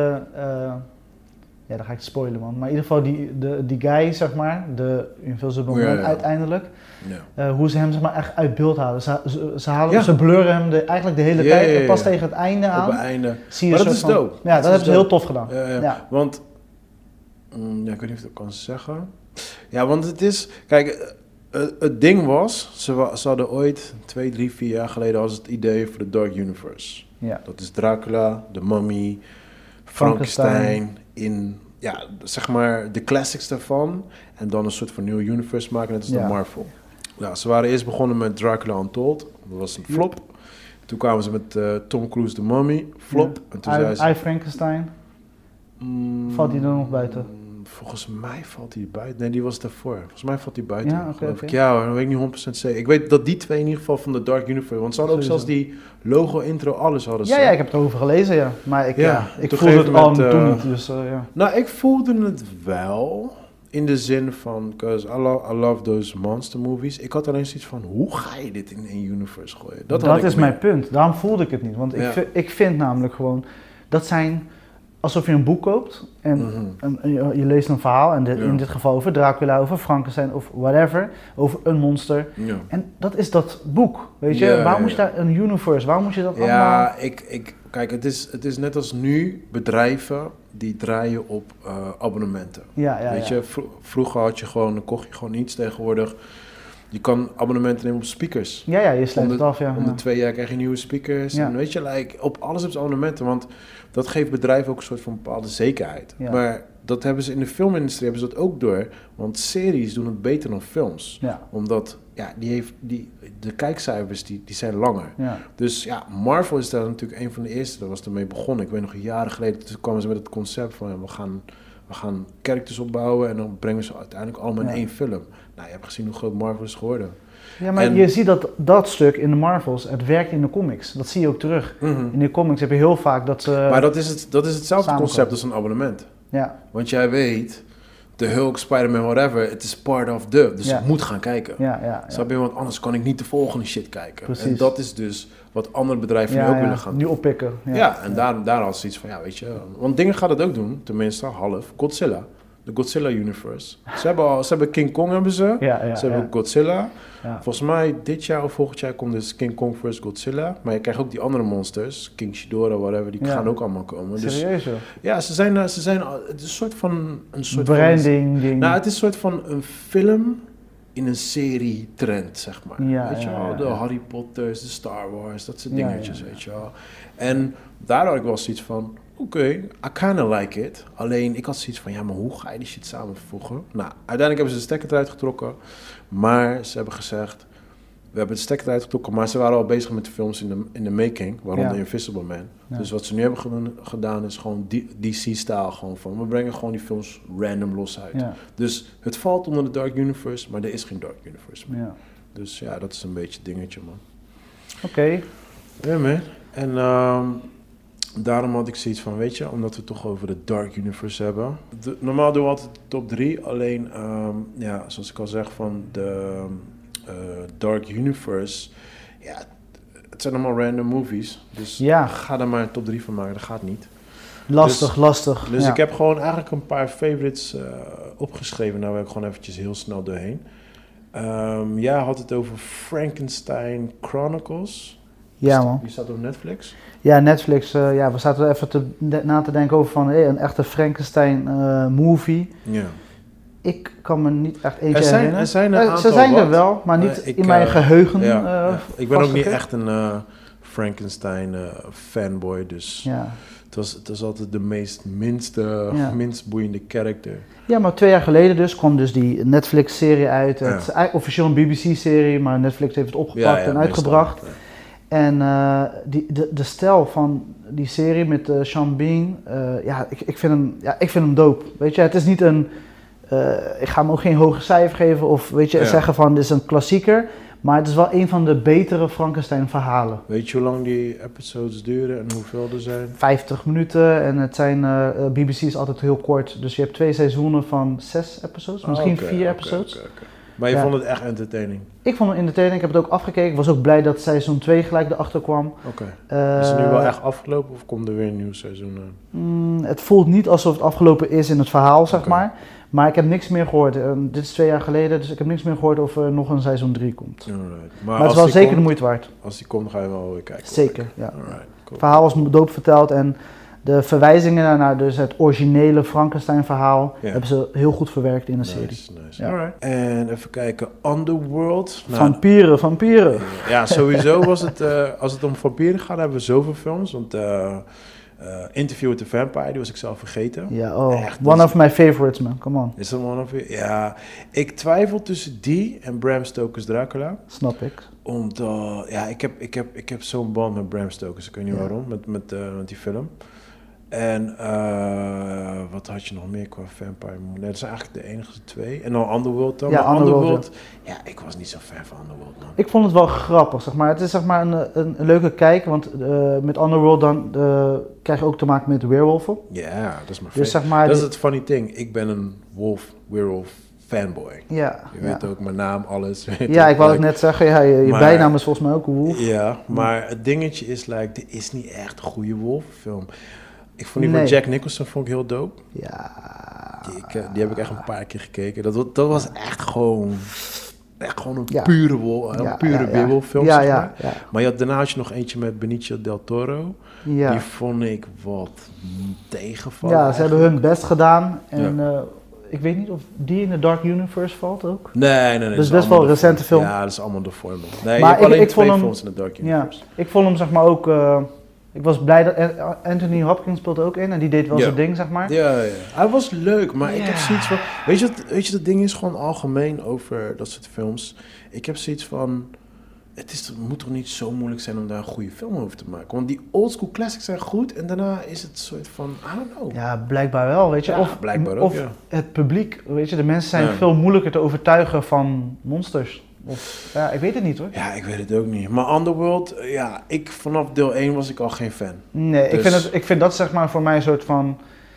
ja, dan ga ik het spoilen, man. Maar in ieder geval die guy, zeg maar, de Invisible Man uiteindelijk, hoe ze hem zeg maar echt uit beeld halen. Ze blurren hem eigenlijk de hele tijd en pas tegen het einde aan. Op het einde. Zie je maar dat is dope. Ja, dat hebben ze heel tof gedaan. Want, ik weet niet of ik dat kan zeggen. Ja, want het is... Kijk, het ding was... Ze hadden ooit, 2, 3, 4 jaar geleden... was het idee voor de Dark Universe. Ja. Dat is Dracula, de Mummy, Frankenstein... in, ja, zeg maar, de classics daarvan... en dan een soort van nieuw universe maken... net als de Marvel. Ja, ze waren eerst begonnen met Dracula Untold. Dat was een flop. Toen kwamen ze met Tom Cruise, de Mummy. Flop. Ja. En toen zei ze... I, Frankenstein. Valt die er nog buiten? Volgens mij valt hij buiten. Nee, die was daarvoor. Volgens mij valt hij buiten. Ja, oké. Ja hoor, dat weet ik niet 100% zeker. Ik weet dat die twee in ieder geval van de Dark Universe... Want ze hadden ook zelfs die logo-intro, alles hadden ze. Ja, ik heb het erover gelezen, ja. Maar ik toen voelde het al toen niet, dus ja. Nou, ik voelde het wel... In de zin van, because I love those monster movies. Ik had alleen zoiets van, hoe ga je dit in één universe gooien? Dat is mijn punt. Daarom voelde ik het niet. Want ik vind namelijk gewoon, dat zijn alsof je een boek koopt en, je leest een verhaal. En in dit geval over Dracula, over Frankenstein of whatever. Over een monster. Ja. En dat is dat boek, weet je. Waarom moet je daar een universe, waarom moet je dat allemaal... Ja, kijk, het is net als nu bedrijven die draaien op abonnementen. Weet je, vroeger kocht je gewoon iets, tegenwoordig. Je kan abonnementen nemen op speakers. Ja, je sluit het af, Om de 2 jaar krijg je nieuwe speakers. Ja. En weet je, op alles heb je abonnementen, want dat geeft bedrijven ook een soort van bepaalde zekerheid. Ja. Maar dat hebben ze in de filmindustrie dat ook door, want series doen het beter dan films. Ja. Omdat, de kijkcijfers die zijn langer. Ja. Dus ja, Marvel is daar natuurlijk een van de eerste, dat was ermee begonnen. Ik weet nog jaren geleden, toen kwamen ze met het concept van, we gaan characters opbouwen en dan brengen we ze uiteindelijk allemaal in één film. Nou, je hebt gezien hoe groot Marvel is geworden. Ja, maar je ziet dat stuk in de Marvels, het werkt in de comics. Dat zie je ook terug. In de comics heb je heel vaak dat ze... Maar dat is hetzelfde concept als een abonnement. Ja. Want jij weet, de Hulk, Spider-Man, whatever, het is part of the. Dus ik moet gaan kijken. Snap je? Want anders kan ik niet de volgende shit kijken. Precies. En dat is dus wat andere bedrijven nu ook willen gaan doen. Nu oppikken. Daar als iets van, weet je. Want dingen gaat het ook doen, tenminste half. Godzilla. De Godzilla Universe. Ze hebben King Kong hebben ze. Ze hebben Godzilla. Ja. Volgens mij dit jaar of volgend jaar komt dus King Kong vs. Godzilla. Maar je krijgt ook die andere monsters. King Ghidorah, whatever. Die gaan ook allemaal komen. Serieus hoor? Ja, ze zijn... Het is een soort van... branding ding. Nou, het is een soort van een film in een serie trend, zeg maar. Weet je wel? De Harry Potters, de Star Wars, dat soort dingetjes, weet je wel. En daar had ik wel zoiets van... Oké, I kinda like it. Alleen, ik had zoiets van, maar hoe ga je die shit samenvoegen? Nou, uiteindelijk hebben ze de stekker eruit getrokken. Maar ze hebben gezegd, we hebben de stekker eruit getrokken. Maar ze waren al bezig met de films in de making, waaronder Invisible Man. Ja. Dus wat ze nu hebben gedaan is gewoon DC-stijl. Gewoon van, we brengen gewoon die films random los uit. Ja. Dus het valt onder de Dark Universe, maar er is geen Dark Universe meer. Ja. Dus ja, dat is een beetje het dingetje, man. Oké. Ja, man. En... daarom had ik zoiets van, weet je, omdat we het toch over de Dark Universe hebben. Normaal doen we altijd de top 3, alleen, zoals ik al zeg, van de Dark Universe, het zijn allemaal random movies. Dus ga er maar een top 3 van maken, dat gaat niet. Lastig. Dus ik heb gewoon eigenlijk een paar favorites opgeschreven, daar wil ik gewoon eventjes heel snel doorheen. Jij had het over Frankenstein Chronicles. Ja, man. Die staat op Netflix. Ja, Netflix. We zaten even na te denken over van een echte Frankenstein movie. Ja. Ik kan me niet echt eentje herinneren. Er zijn een aantal ze zijn er wel, maar niet in mijn geheugen. Ik ben ook niet echt een Frankenstein fanboy, dus het was altijd de minst boeiende karakter. Ja, maar 2 jaar geleden dus kwam dus die Netflix-serie uit. Het is eigenlijk officieel een BBC-serie, maar Netflix heeft het opgepakt en uitgebracht. En de stijl van die serie met Sean Bean, ik vind hem dope. Weet je, het is niet een... ik ga hem ook geen hoge cijfer geven of zeggen van dit is een klassieker. Maar het is wel een van de betere Frankenstein verhalen. Weet je hoe lang die episodes duren en hoeveel er zijn? 50 minuten en het zijn... BBC is altijd heel kort. Dus je hebt 2 seizoenen van 6 episodes, misschien 4 episodes. Okay. Maar je vond het echt entertaining? Ik vond het entertaining, ik heb het ook afgekeken. Ik was ook blij dat seizoen 2 gelijk erachter kwam. Oké. Is het nu wel echt afgelopen of komt er weer een nieuw seizoen aan? Het voelt niet alsof het afgelopen is in het verhaal, zeg maar. Maar ik heb niks meer gehoord. Dit is 2 jaar geleden, dus ik heb niks meer gehoord of er nog een seizoen 3 komt. Maar het is wel zeker de moeite waard. Als die komt, ga je wel weer kijken. Zeker, ja. Alright, cool. Het verhaal was dope verteld en de verwijzingen naar dus het originele Frankenstein-verhaal hebben ze heel goed verwerkt in de serie. Nice. Alright. En even kijken, Underworld. Vampieren. Ja, sowieso was het, als het om vampieren gaat, hebben we zoveel films. Want Interview with the Vampire, die was ik zelf vergeten. Ja, echt, one of my favorites, man. Come on. Is dat one of you? Ja, ik twijfel tussen die en Bram Stoker's Dracula. Snap ik. Omdat, ja, ik heb zo'n band met Bram Stoker, ik weet niet waarom, met die film. En wat had je nog meer qua Vampire? Nee, dat zijn eigenlijk de enige twee. En dan Underworld dan. Ja, maar Underworld, ja, ik was niet zo fan van Underworld, man. Ik vond het wel grappig, zeg maar. Het is zeg maar een leuke kijk, want met Underworld dan krijg je ook te maken met weerwolven. Ja, dat is mijn dus, zeg maar, dat is het funny thing. Ik ben een werewolf fanboy. Ja. Je weet ook mijn naam, alles. Ja, ik wou het net zeggen. Ja, je bijnaam is volgens mij ook een wolf. Ja, maar het dingetje is, like, er is niet echt een goede wolvenfilm. Ik vond die van Jack Nicholson vond ik heel dope. Ja. Die heb ik echt een paar keer gekeken. Dat was echt gewoon een pure weerwolffilm. Ja. Maar je had daarna nog eentje met Benicio del Toro. Ja. Die vond ik wat tegenvallen. Ja, ze hebben hun best gedaan. En ik weet niet of die in de Dark Universe valt ook. Nee. Dat is best wel een recente film. Ja, dat is allemaal de vorm. Nee, maar je hebt alleen twee vond films in de Dark Universe. Ja, ik vond hem zeg maar ook... ik was blij dat Anthony Hopkins speelde ook in en die deed wel zijn ding, zeg maar. Ja. Hij was leuk, maar ik heb zoiets van... Weet je, dat ding is gewoon algemeen over dat soort films. Ik heb zoiets van... Het moet toch niet zo moeilijk zijn om daar een goede film over te maken? Want die oldschool classics zijn goed en daarna is het een soort van... I don't know. Ja, blijkbaar wel, weet je. Ja, blijkbaar ook, het publiek, weet je. De mensen zijn veel moeilijker te overtuigen van monsters. Ja, ik weet het niet hoor. Ja, ik weet het ook niet. Maar Underworld, ja, vanaf deel 1 was ik al geen fan. Nee, dus... ik vind dat zeg maar voor mij een soort van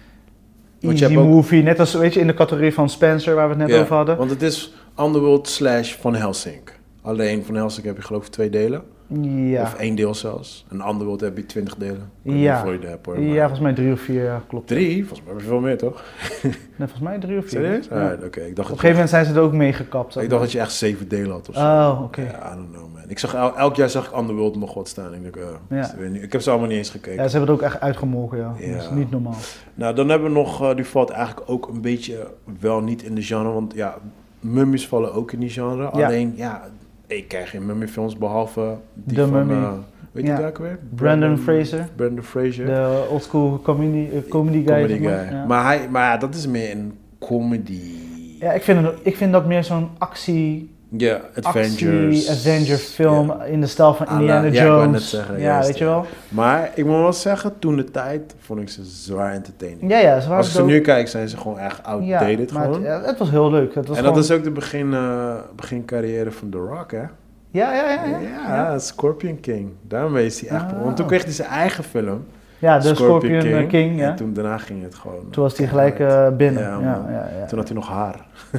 easy movie. Net als, weet je, in de categorie van Spencer waar we het net over hadden. Want het is Underworld / Van Helsing. Alleen Van Helsing heb je geloof ik 2 delen. Ja. Of 1 deel zelfs. En Underworld heb je 20 delen. Ja. Voor je de hebt, hoor, ja, volgens mij 3 of 4, ja, klopt. 3? Volgens mij heb je veel meer, toch? Nee, volgens mij 3 of 4. Serieus? Ja. Oké. Op een gegeven moment zijn ze er ook mee gekapt. Ik dacht dat je echt 7 delen had of zo. Oh, oké. Ja, I don't know, man. Ik zag elk jaar zag ik Underworld nog wat staan. Ik denk, ik heb ze allemaal niet eens gekeken. Ja, ze hebben het ook echt uitgemolken, ja. Dat is niet normaal. Nou, dan hebben we nog, die valt eigenlijk ook een beetje wel niet in de genre. Want ja, mummies vallen ook in die genre. Ja. Alleen, ja... Ik krijg geen mummy-films behalve die The van... Mummy. Weet je daar ook weer? Brandon Fraser. De oldschool comedy guy. Ja. Maar ja, dat is meer een comedy. Ja, ik vind dat meer zo'n actie... Ja, Avenger film in de stijl van Indiana Jones. Ja, ik wou net zeggen. Ja, weet je wel. Maar ik moet wel zeggen, toen de tijd vond ik ze zwaar entertaining. Ja, ze waren als ik ze nu kijk, zijn ze gewoon echt outdated gewoon. Het was heel leuk. Dat is ook de begincarrière van The Rock, hè? Ja. Scorpion King. Daarmee is hij echt... Want toen kreeg hij zijn eigen film. Ja, de Scorpion King, ja. En toen daarna ging het gewoon... Toen was hij gelijk binnen. Ja. Toen had hij nog haar.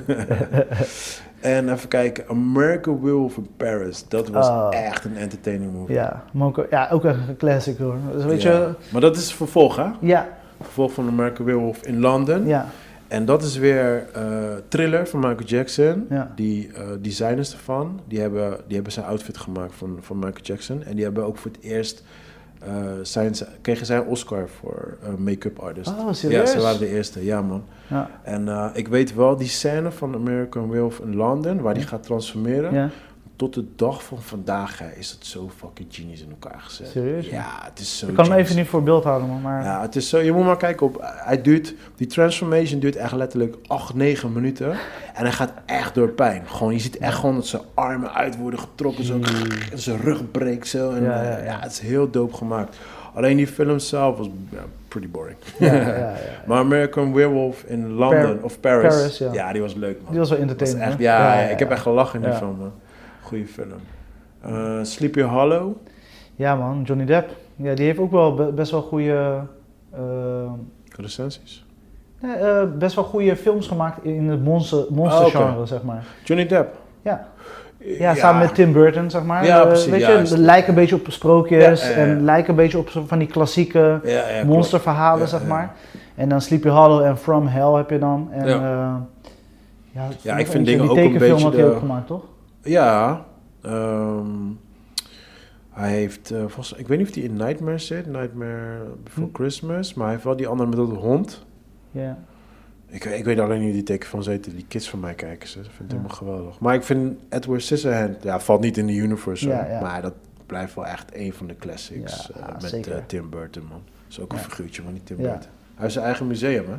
En even kijken, American Werewolf in Paris. Dat was echt een entertaining movie. Ja, maar ook echt een classic hoor. Dus weet je... Maar dat is het vervolg, hè? Ja. Vervolg van American Werewolf in London. Ja. En dat is weer Thriller van Michael Jackson. Ja. Die designers ervan, die hebben zijn outfit gemaakt van Michael Jackson. En die hebben ook voor het eerst... kregen zij een Oscar voor make-up artist. Oh, serieus? Ja, ze waren de eerste. Ja, man. Ja. En ik weet wel, die scène van American Werewolf in London, waar die gaat transformeren, ja. tot de dag van vandaag is het zo fucking genius in elkaar gezet. Serieus? Ja, het is zo ik kan genius. hem even niet voor beeld houden, man. Maar... Ja, het is zo, je moet maar kijken op, die transformation duurt echt letterlijk 8-9 minuten. En hij gaat echt door pijn. Gewoon, je ziet echt gewoon dat zijn armen uit worden getrokken, zo, en zijn rug breekt zo. En, het is heel dope gemaakt. Alleen die film zelf was pretty boring. Ja. Maar American Werewolf in London, of Paris, ja, die was leuk, man. Die was wel entertainend. Echt, ik heb echt gelachen in die film, man. Goeie film. Sleepy Hollow. Ja, man, Johnny Depp. Ja, die heeft ook wel best wel goede... recensies? Nee, best wel goede films gemaakt in het monstergenre, zeg maar. Johnny Depp? Ja, samen met Tim Burton, zeg maar. Ja, precies. Weet je, lijken een beetje op sprookjes en lijken een beetje op van die klassieke monsterverhalen, zeg maar. En dan Sleepy Hollow en From Hell heb je dan. En, ik vind dingen ook een beetje... Die tekenfilm had hij ook gemaakt, toch? Ja. Hij heeft, ik weet niet of hij in Nightmare zit, Nightmare Before Christmas, maar hij heeft wel die andere met dat hond. Ja. Ik weet alleen niet die teken van zitten, die kids van mij kijken ze. Dat vind ik helemaal geweldig. Maar ik vind Edward Scissorhands, valt niet in de universe, maar dat blijft wel echt een van de classics met Tim Burton, man. Dat is ook een figuurtje van die Tim Burton. Hij heeft zijn eigen museum, hè?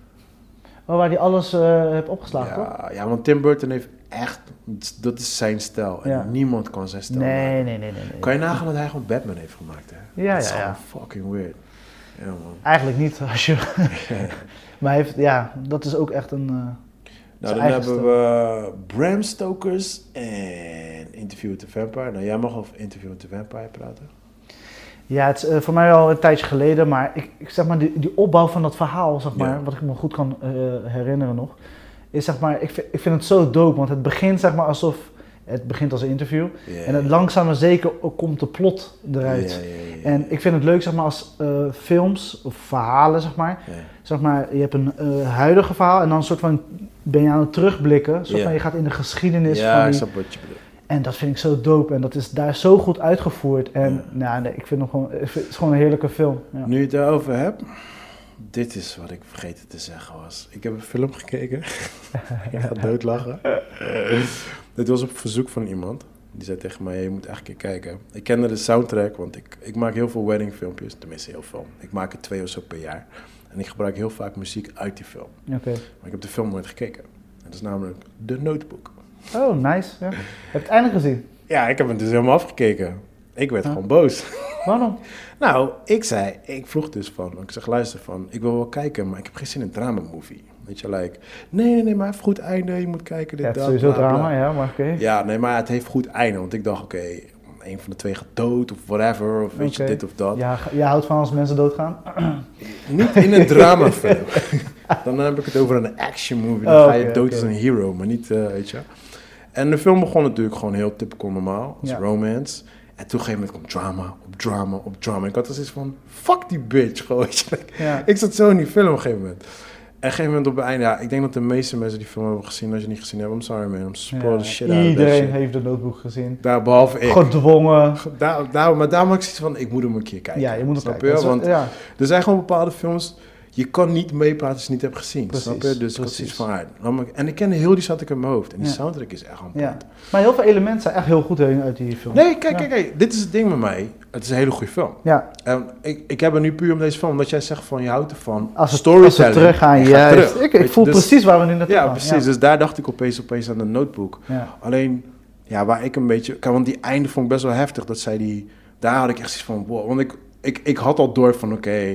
Oh, waar hij alles heeft opgeslagen, toch? Ja, want Tim Burton heeft echt, dat is zijn stijl. En niemand kan zijn stijl maken. Nee. Kan je nagaan dat hij gewoon Batman heeft gemaakt, hè? Ja, dat is gewoon fucking weird. Ja, man. Eigenlijk niet, als je... Maar hij heeft, dat is ook echt een... nou, dan hebben we Bram Stoker's en Interview with the Vampire. Nou, jij mag over Interview with the Vampire praten. Ja, het is voor mij al een tijdje geleden, maar ik zeg maar, die opbouw van dat verhaal, zeg maar, wat ik me goed kan herinneren nog, is zeg maar, ik vind het zo dope, want het begint zeg maar alsof, het begint als een interview en het langzaam maar zeker komt de plot eruit. En ik vind het leuk zeg maar als films of verhalen zeg maar, je hebt een huidige verhaal en dan een soort van, ben je aan het terugblikken, soort van je gaat in de geschiedenis van die... ik snap wat je bedoelt. En dat vind ik zo dope en dat is daar zo goed uitgevoerd. En ik vind het is gewoon een heerlijke film. Ja. Nu je het daarover hebt, dit is wat ik vergeten te zeggen was. Ik heb een film gekeken. Ik ga doodlachen. Dit was op verzoek van iemand. Die zei tegen mij, je moet echt een keer kijken. Ik kende de soundtrack, want ik maak heel veel weddingfilmpjes. Tenminste heel veel. Ik maak er 2 of zo per jaar. En ik gebruik heel vaak muziek uit die film. Okay. Maar ik heb de film nooit gekeken. En dat is namelijk The Notebook. Oh, nice. Ja. Heb je het eindelijk gezien? Ja, ik heb het dus helemaal afgekeken. Ik werd gewoon boos. Waarom? Nou, ik vroeg dus ik zeg luister ik wil wel kijken, maar ik heb geen zin in drama movie. Weet je, nee, maar het heeft goed einde, je moet kijken, dit, het dat, is sowieso bla, bla. drama, ja, maar oké. Ja, nee, maar het heeft goed einde, want ik dacht, oké, een van de 2 gaat dood of whatever, of weet je, dit of dat. Ja, jij houdt van als mensen doodgaan? Niet in een dramafilm. Dan heb ik het over een action movie, dan ga je dood als een hero, maar niet, weet je. En de film begon natuurlijk gewoon heel typical normaal, als romance. En toen op een gegeven moment komt drama op drama. Ik had dus iets van, fuck die bitch, gewoon, weet je. Ik zat zo in die film op een gegeven moment. En op een gegeven moment op het einde, ik denk dat de meeste mensen die film hebben gezien. Als je niet gezien hebt, I'm sorry man, I'm spoiled the shit out of that shit. Iedereen heeft de Notebook gezien. Daar, behalve ik. Gedwongen. Maar daar maak ik zoiets van, ik moet hem een keer kijken. Ja, je moet het snap kijken. Je? Want er zijn gewoon bepaalde films, je kan niet meepraten als je het niet hebt gezien. Precies, snap je? Dus ik had zoiets van, en ik kende heel die zat ik in mijn hoofd. En die soundtrack is echt aan point. Maar heel veel elementen zijn echt heel goed uit die film. Nee, kijk, dit is het ding met mij. Het is een hele goede film. Ja. Ik heb er nu puur om deze film, omdat jij zegt van je houdt ervan. Als we teruggaan, juist. Ik voel precies waar we nu naartoe gaan. Ja, precies. Dus daar dacht ik opeens aan de Notebook. Ja. Alleen, waar ik een beetje... Kijk, want die einde vond ik best wel heftig. Dat zij die... Daar had ik echt zoiets van... Wow, want ik had al door van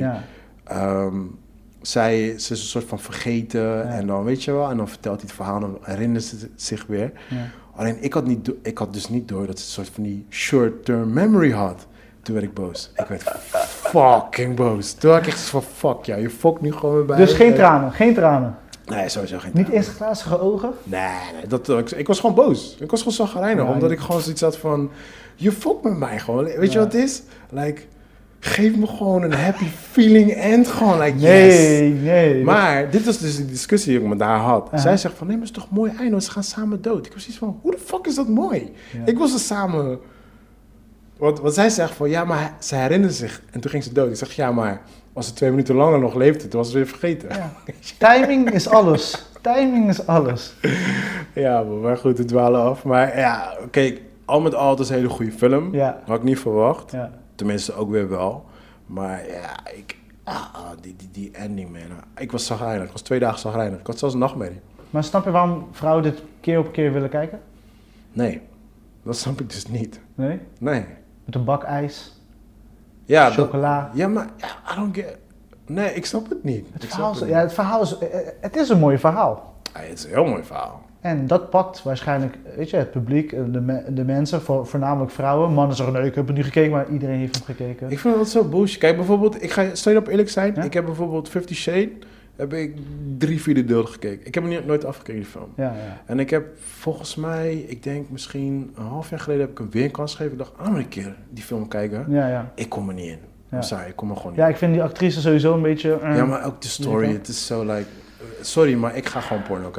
ze is een soort van vergeten en dan weet je wel, en dan vertelt hij het verhaal en dan herinnert ze zich weer. Ja. Alleen ik had dus niet door dat ze een soort van die short-term memory had. Toen werd ik boos. Ik werd fucking boos. Toen had ik echt van fuck ja, je fokt nu gewoon weer bij. Dus geen tranen? Nee, sowieso geen tranen. Niet eens glazige ogen? Nee, ik was gewoon boos. Ik was gewoon chagrijnig, omdat ik gewoon zoiets had van, je fokt met mij gewoon. Weet je wat het is? Geef me gewoon een happy feeling end. Gewoon Nee. Maar dit was dus de discussie die ik met haar had. Zij zegt van, nee, maar het is toch een mooi einde, want ze gaan samen dood. Ik was zoiets van, hoe de fuck is dat mooi? Ja. Ik was er samen... Want zij zegt van, ja, maar ze herinnerde zich. En toen ging ze dood. Ik zeg, ja, maar als ze 2 minuten langer nog leefde, toen was ze weer vergeten. Ja. Timing is alles. Ja, maar goed, we dwalen af. Maar ja, kijk, al met al, het is een hele goede film. Ja. Had ik niet verwacht. Ja. Tenminste, ook weer wel. Maar ja, die ending, man. Ik was chagrijnig. Ik was 2 dagen chagrijnig. Ik had zelfs een nachtmerrie. Maar snap je waarom vrouwen dit keer op keer willen kijken? Nee, dat snap ik dus niet. Nee? Nee. Met een bak ijs? Ja. Chocola? Maar I don't get... Nee, ik snap het niet. Het verhaal is... Het is een mooi verhaal. Ja, het is een heel mooi verhaal. En dat pakt waarschijnlijk, weet je, het publiek, de mensen, voornamelijk vrouwen. Mannen zeggen, nee, ik heb het niet gekeken, maar iedereen heeft hem gekeken. Ik vind dat zo bullshit. Kijk, bijvoorbeeld, stel je op eerlijk zijn, ja? Ik heb bijvoorbeeld 50 Shades, heb ik 3/4 deel gekeken. Ik heb hem nooit afgekeken, die film. Ja. En ik heb volgens mij, ik denk misschien een half jaar geleden, heb ik hem weer een kans gegeven. Ik dacht, een keer die film kijken. Ja. Ik kom er niet in. Ja. Sorry, ik kom er gewoon niet in. Ja, ik vind die actrice sowieso een beetje... ja, maar ook de story, het is zo sorry, maar ik ga gewoon porno kijken.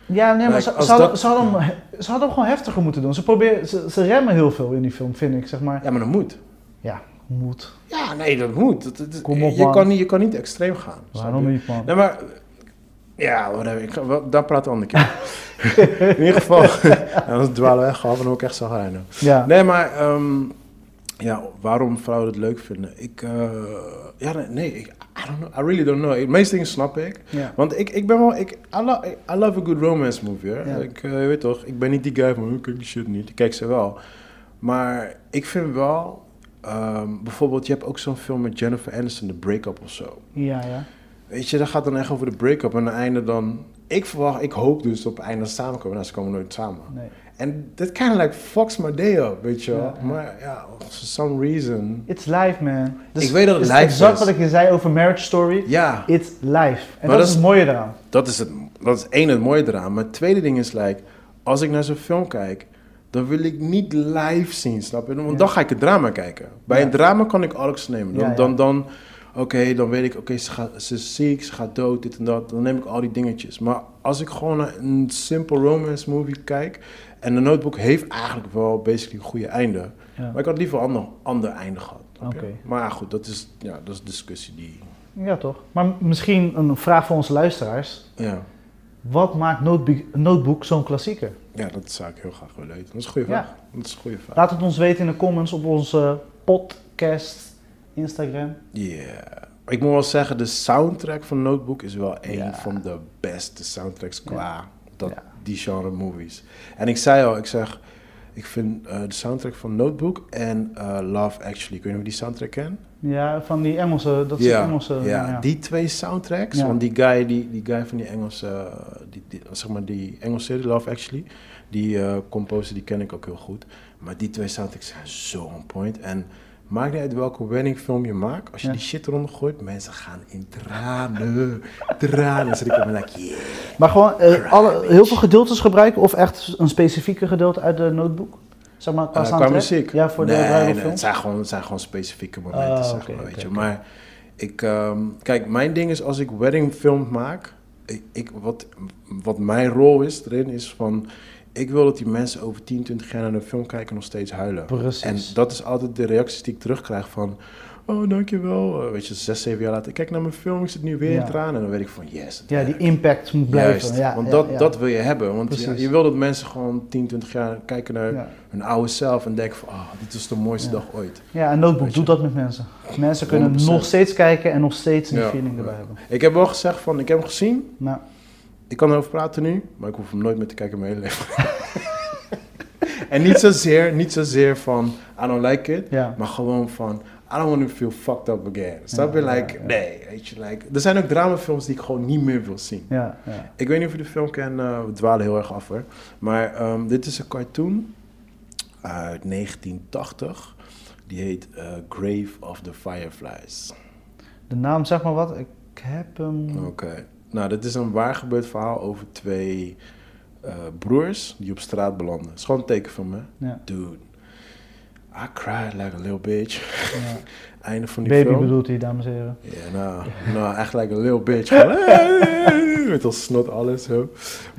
Ja, nee, maar Like, ze hadden hem gewoon heftiger moeten doen. Ze remmen heel veel in die film, vind ik, zeg maar. Ja, maar dat moet. Ja, moet. Ja, nee, dat moet. Kom op, man. Je kan niet extreem gaan. Waarom niet, man? Nee, maar... Ja, whatever. Daar praten we een andere keer. In ieder geval... Anders dwalen we echt af en dan word ik echt zagrijnig. Ja. Nee, maar... waarom vrouwen het leuk vinden? I don't know. I really don't know. De meeste dingen snap ik. Ja. Want ik ben wel... I love a good romance movie, hè. Ja. Je weet toch, ik ben niet die guy van... Ik kijk die shit niet. Ik kijk ze wel. Maar ik vind wel... bijvoorbeeld, je hebt ook zo'n film met Jennifer Aniston, The Breakup of zo. Ja. Weet je, dat gaat dan echt over de break-up en aan het einde dan... Ik hoop dus op het einde dat ze samenkomen. Nou, ze komen nooit samen. Nee. En that kind of like fucks my day up, weet je wel. Ja. Maar ja, for some reason... It's life, man. Dus ik weet dat het live is. exact wat ik je zei over Marriage Story. Ja. It's life. En Maar dat is het mooie eraan. Dat is één het mooie eraan. Maar het tweede ding is, like, als ik naar zo'n film kijk... dan wil ik niet live zien, snap je? Want dan ga ik het drama kijken. Bij een drama kan ik alles nemen. Dan dan weet ik, ze is ziek, ze gaat dood, dit en dat. Dan neem ik al die dingetjes. Maar als ik gewoon naar een simple romance movie kijk... en de Notebook heeft eigenlijk wel basically een goede einde. Ja. Maar ik had liever een ander einde gehad. Oké. Maar ja, goed, dat is een discussie die... Ja, toch? Maar misschien een vraag voor onze luisteraars. Ja, Wat maakt Notebook zo'n klassieker? ja, dat zou ik heel graag willen weten. Dat is een goede vraag. Dat is een goede vraag. Laat het ons weten in de comments op onze podcast, Instagram. Ja. Ik moet wel zeggen, de soundtrack van Notebook is wel een van de beste soundtracks qua die genre movies. En ik zei al, ik vind de soundtrack van Notebook en Love Actually, ik weet niet of je die soundtrack kent. Ja, van die Engelse, dat is Engelse. Ja, die twee soundtracks, want die guy van die Engelse, zeg maar die Engelse serie, Love Actually, die composer, die ken ik ook heel goed. Maar die twee soundtracks zijn zo on point. En maakt niet uit welke weddingfilm je maakt, als je die shit eronder gooit, mensen gaan in tranen. Dan zit ik op mijn like, yeah. Maar gewoon heel veel gedeeltes gebruiken of echt een specifieke gedeelte uit de Notebook? Zeg maar qua muziek? Ja, voor de bruiloftfilm? Het zijn gewoon specifieke momenten, zeg maar, weet je. Maar kijk, mijn ding is als ik weddingfilm maak, wat mijn rol is erin is van... Ik wil dat die mensen over 10, 20 jaar naar de film kijken en nog steeds huilen. Precies. En dat is altijd de reacties die ik terugkrijg van... Oh, dankjewel. Weet je, 6, 7 jaar later. Ik kijk naar mijn film, ik zit nu weer in tranen. En dan weet ik van, yes. Ja, die impact moet blijven. Juist, want dat wil je hebben. Want je wil dat mensen gewoon 10, 20 jaar kijken naar hun oude zelf... en denken van, dit is de mooiste dag ooit. Ja, en Notebook doet dat met mensen. Mensen kunnen 100%. Nog steeds kijken en nog steeds die feeling erbij hebben. Ik heb wel gezegd van, ik heb hem gezien... Nou. Ik kan erover praten nu, maar ik hoef hem nooit meer te kijken in mijn hele leven. En niet zozeer van, I don't like it, maar gewoon van, I don't want to feel fucked up again. Snap je? Nee, weet je, er zijn ook dramafilms die ik gewoon niet meer wil zien. Ja. Ik weet niet of je de film kent, we dwalen heel erg af hoor. Maar dit is een cartoon uit 1980, die heet Grave of the Fireflies. De naam zeg maar wat, ik heb hem... Oké. Nou, dit is een waargebeurd verhaal over 2 broers die op straat belanden. Het is gewoon een tekenfilm, hè? Ja. Dude, I cried like a little bitch. Ja. Einde van die Baby film. bedoelt hij, dames en heren. Ja, nou, echt like a little bitch. Met al snot alles, zo.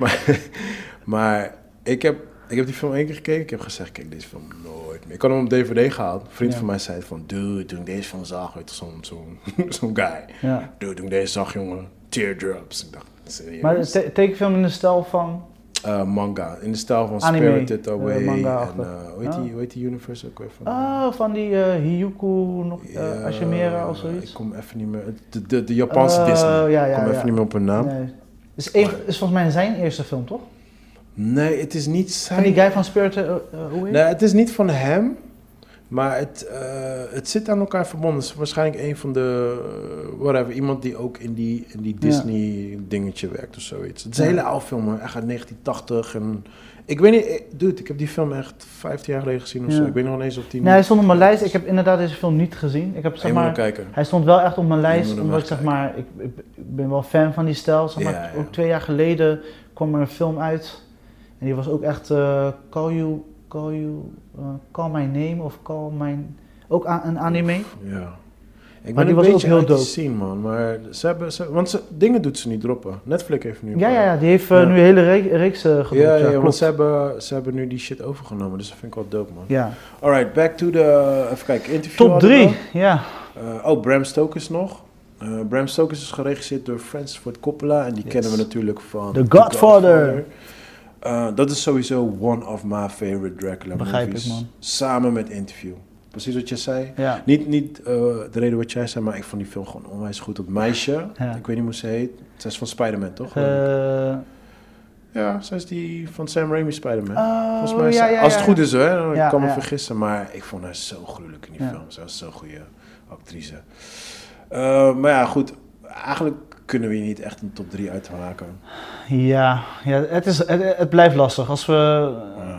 Maar ik heb die film 1 keer gekeken. Ik heb gezegd, kijk, deze film nooit meer. Ik had hem op DVD gehaald. Een vriend van mij zei van, dude, toen ik deze film zag, weet je, zo'n guy. Ja. Dude, toen ik deze zag, jongen, teardrops. Ik dacht, serieus. Maar de tekenfilm in de stijl van... Manga, in de stijl van Anime, Spirited Away manga en hoe heet die universe ook weer van? Van die Hiyuku Ashimera of zoiets? Ik kom even niet meer, de Japanse Disney, ik kom even niet meer op een naam. Nee. Is volgens mij zijn eerste film, toch? Nee, het is niet zijn... Van die guy van Spirited Away? Nee, het is niet van hem, maar het zit aan elkaar verbonden. Het is waarschijnlijk een van de, whatever, iemand die ook in die Disney dingetje werkt of zoiets. Het is een hele oude film, hoor. Echt uit 1980 en... Ik weet niet, dude, ik heb die film echt 15 jaar geleden gezien of zo. Ik weet nog eens of die... Nee, hij stond op mijn lijst. Ik heb inderdaad deze film niet gezien. Ik heb, zeg maar, kijken. hij stond wel echt op mijn lijst, omdat ik, zeg maar, ik ben wel fan van die stijl. Zeg maar, ook 2 jaar geleden kwam er een film uit. En die was ook echt Call My Name of Call My... Ook een anime. Ja. Ik Maar ben die een was ook beetje heel uit die dope. scene, man. Maar want dingen doet ze niet droppen. Netflix heeft nu... Ja, die heeft Ja. nu een hele reeks gedropt. Ja, want klopt. ze hebben nu die shit overgenomen. Dus dat vind ik wel dope, man. Ja. Alright, back to the... Even kijken, interview Top hadden 3, we. ja. Bram Stokers nog. Bram Stokers is geregisseerd door Francis Ford Coppola. En die Yes. kennen we natuurlijk van... The Godfather. Dat is sowieso one of my favorite Dracula Begrijp movies. ik, man. Samen met Interview. Precies wat je zei. Ja. Niet de reden wat jij zei, maar ik vond die film gewoon onwijs goed. Dat meisje, Ja. ik weet niet hoe ze heet. Zij is van Spider-Man, toch? Ja, zij is die van Sam Raimi Spider-Man. Volgens mij als het goed is, hè. Ik kan me vergissen, maar ik vond haar zo gruwelijk in die film. Zij was zo'n goede actrice. Maar ja, goed. Eigenlijk kunnen we hier niet echt een top 3 uitmaken. Ja, het blijft lastig. Als we...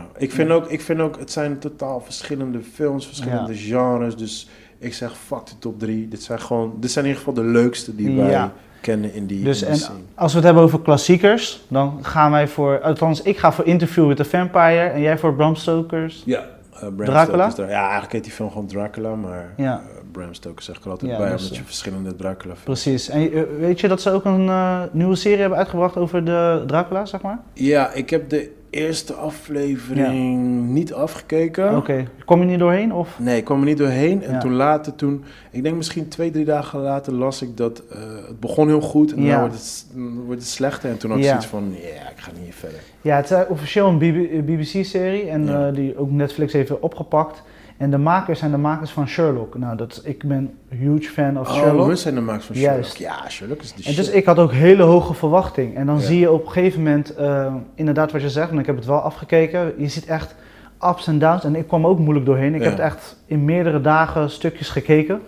Ik vind ook, het zijn totaal verschillende films, verschillende genres. Dus ik zeg, fuck de top 3. Dit zijn in ieder geval de leukste die wij kennen in die Dus scene. als we het hebben over klassiekers, dan gaan wij althans ik ga voor Interview with the Vampire en jij voor Bram Stoker's. Ja, Dracula? Ja, eigenlijk heet die film gewoon Dracula, maar Bram Stoker zeg ik er altijd bij, omdat je verschillende Dracula films. Precies. En weet je dat ze ook een nieuwe serie hebben uitgebracht over de Dracula, zeg maar? Ja, ik heb de eerste aflevering niet afgekeken. Oké. Kom je niet doorheen? Of? Nee, ik kwam er niet doorheen. En toen, ik denk misschien 2-3 dagen later las ik dat het begon heel goed. En dan wordt het slechter. En toen had ik zoiets van, ik ga niet verder. Ja, het is officieel een BBC-serie en die ook Netflix heeft opgepakt. En de makers zijn de makers van Sherlock. Nou, ik ben een huge fan van Sherlock. Hun zijn de makers van Sherlock. Juist. Ja, Sherlock is de en shit. dus ik had ook hele hoge verwachting. En dan zie je op een gegeven moment, inderdaad wat je zegt, en ik heb het wel afgekeken. Je ziet echt ups en downs. En ik kwam ook moeilijk doorheen. Ik heb het echt in meerdere dagen stukjes gekeken.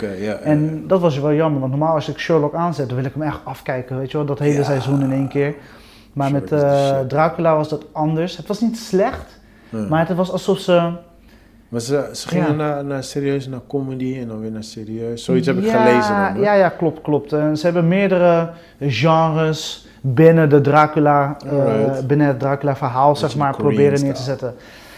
En dat was wel jammer, want normaal als ik Sherlock aanzet, dan wil ik hem echt afkijken. Weet je wel, dat hele seizoen in één keer. Maar Sherlock met Dracula was dat anders. Het was niet slecht, maar het was alsof ze... Maar ze gingen naar serieus, naar comedy en dan weer naar serieus. Zoiets heb ik gelezen dan. Ja, klopt. Ze hebben meerdere genres binnen de Dracula, binnen het Dracula verhaal, zeg maar, proberen neer te zetten.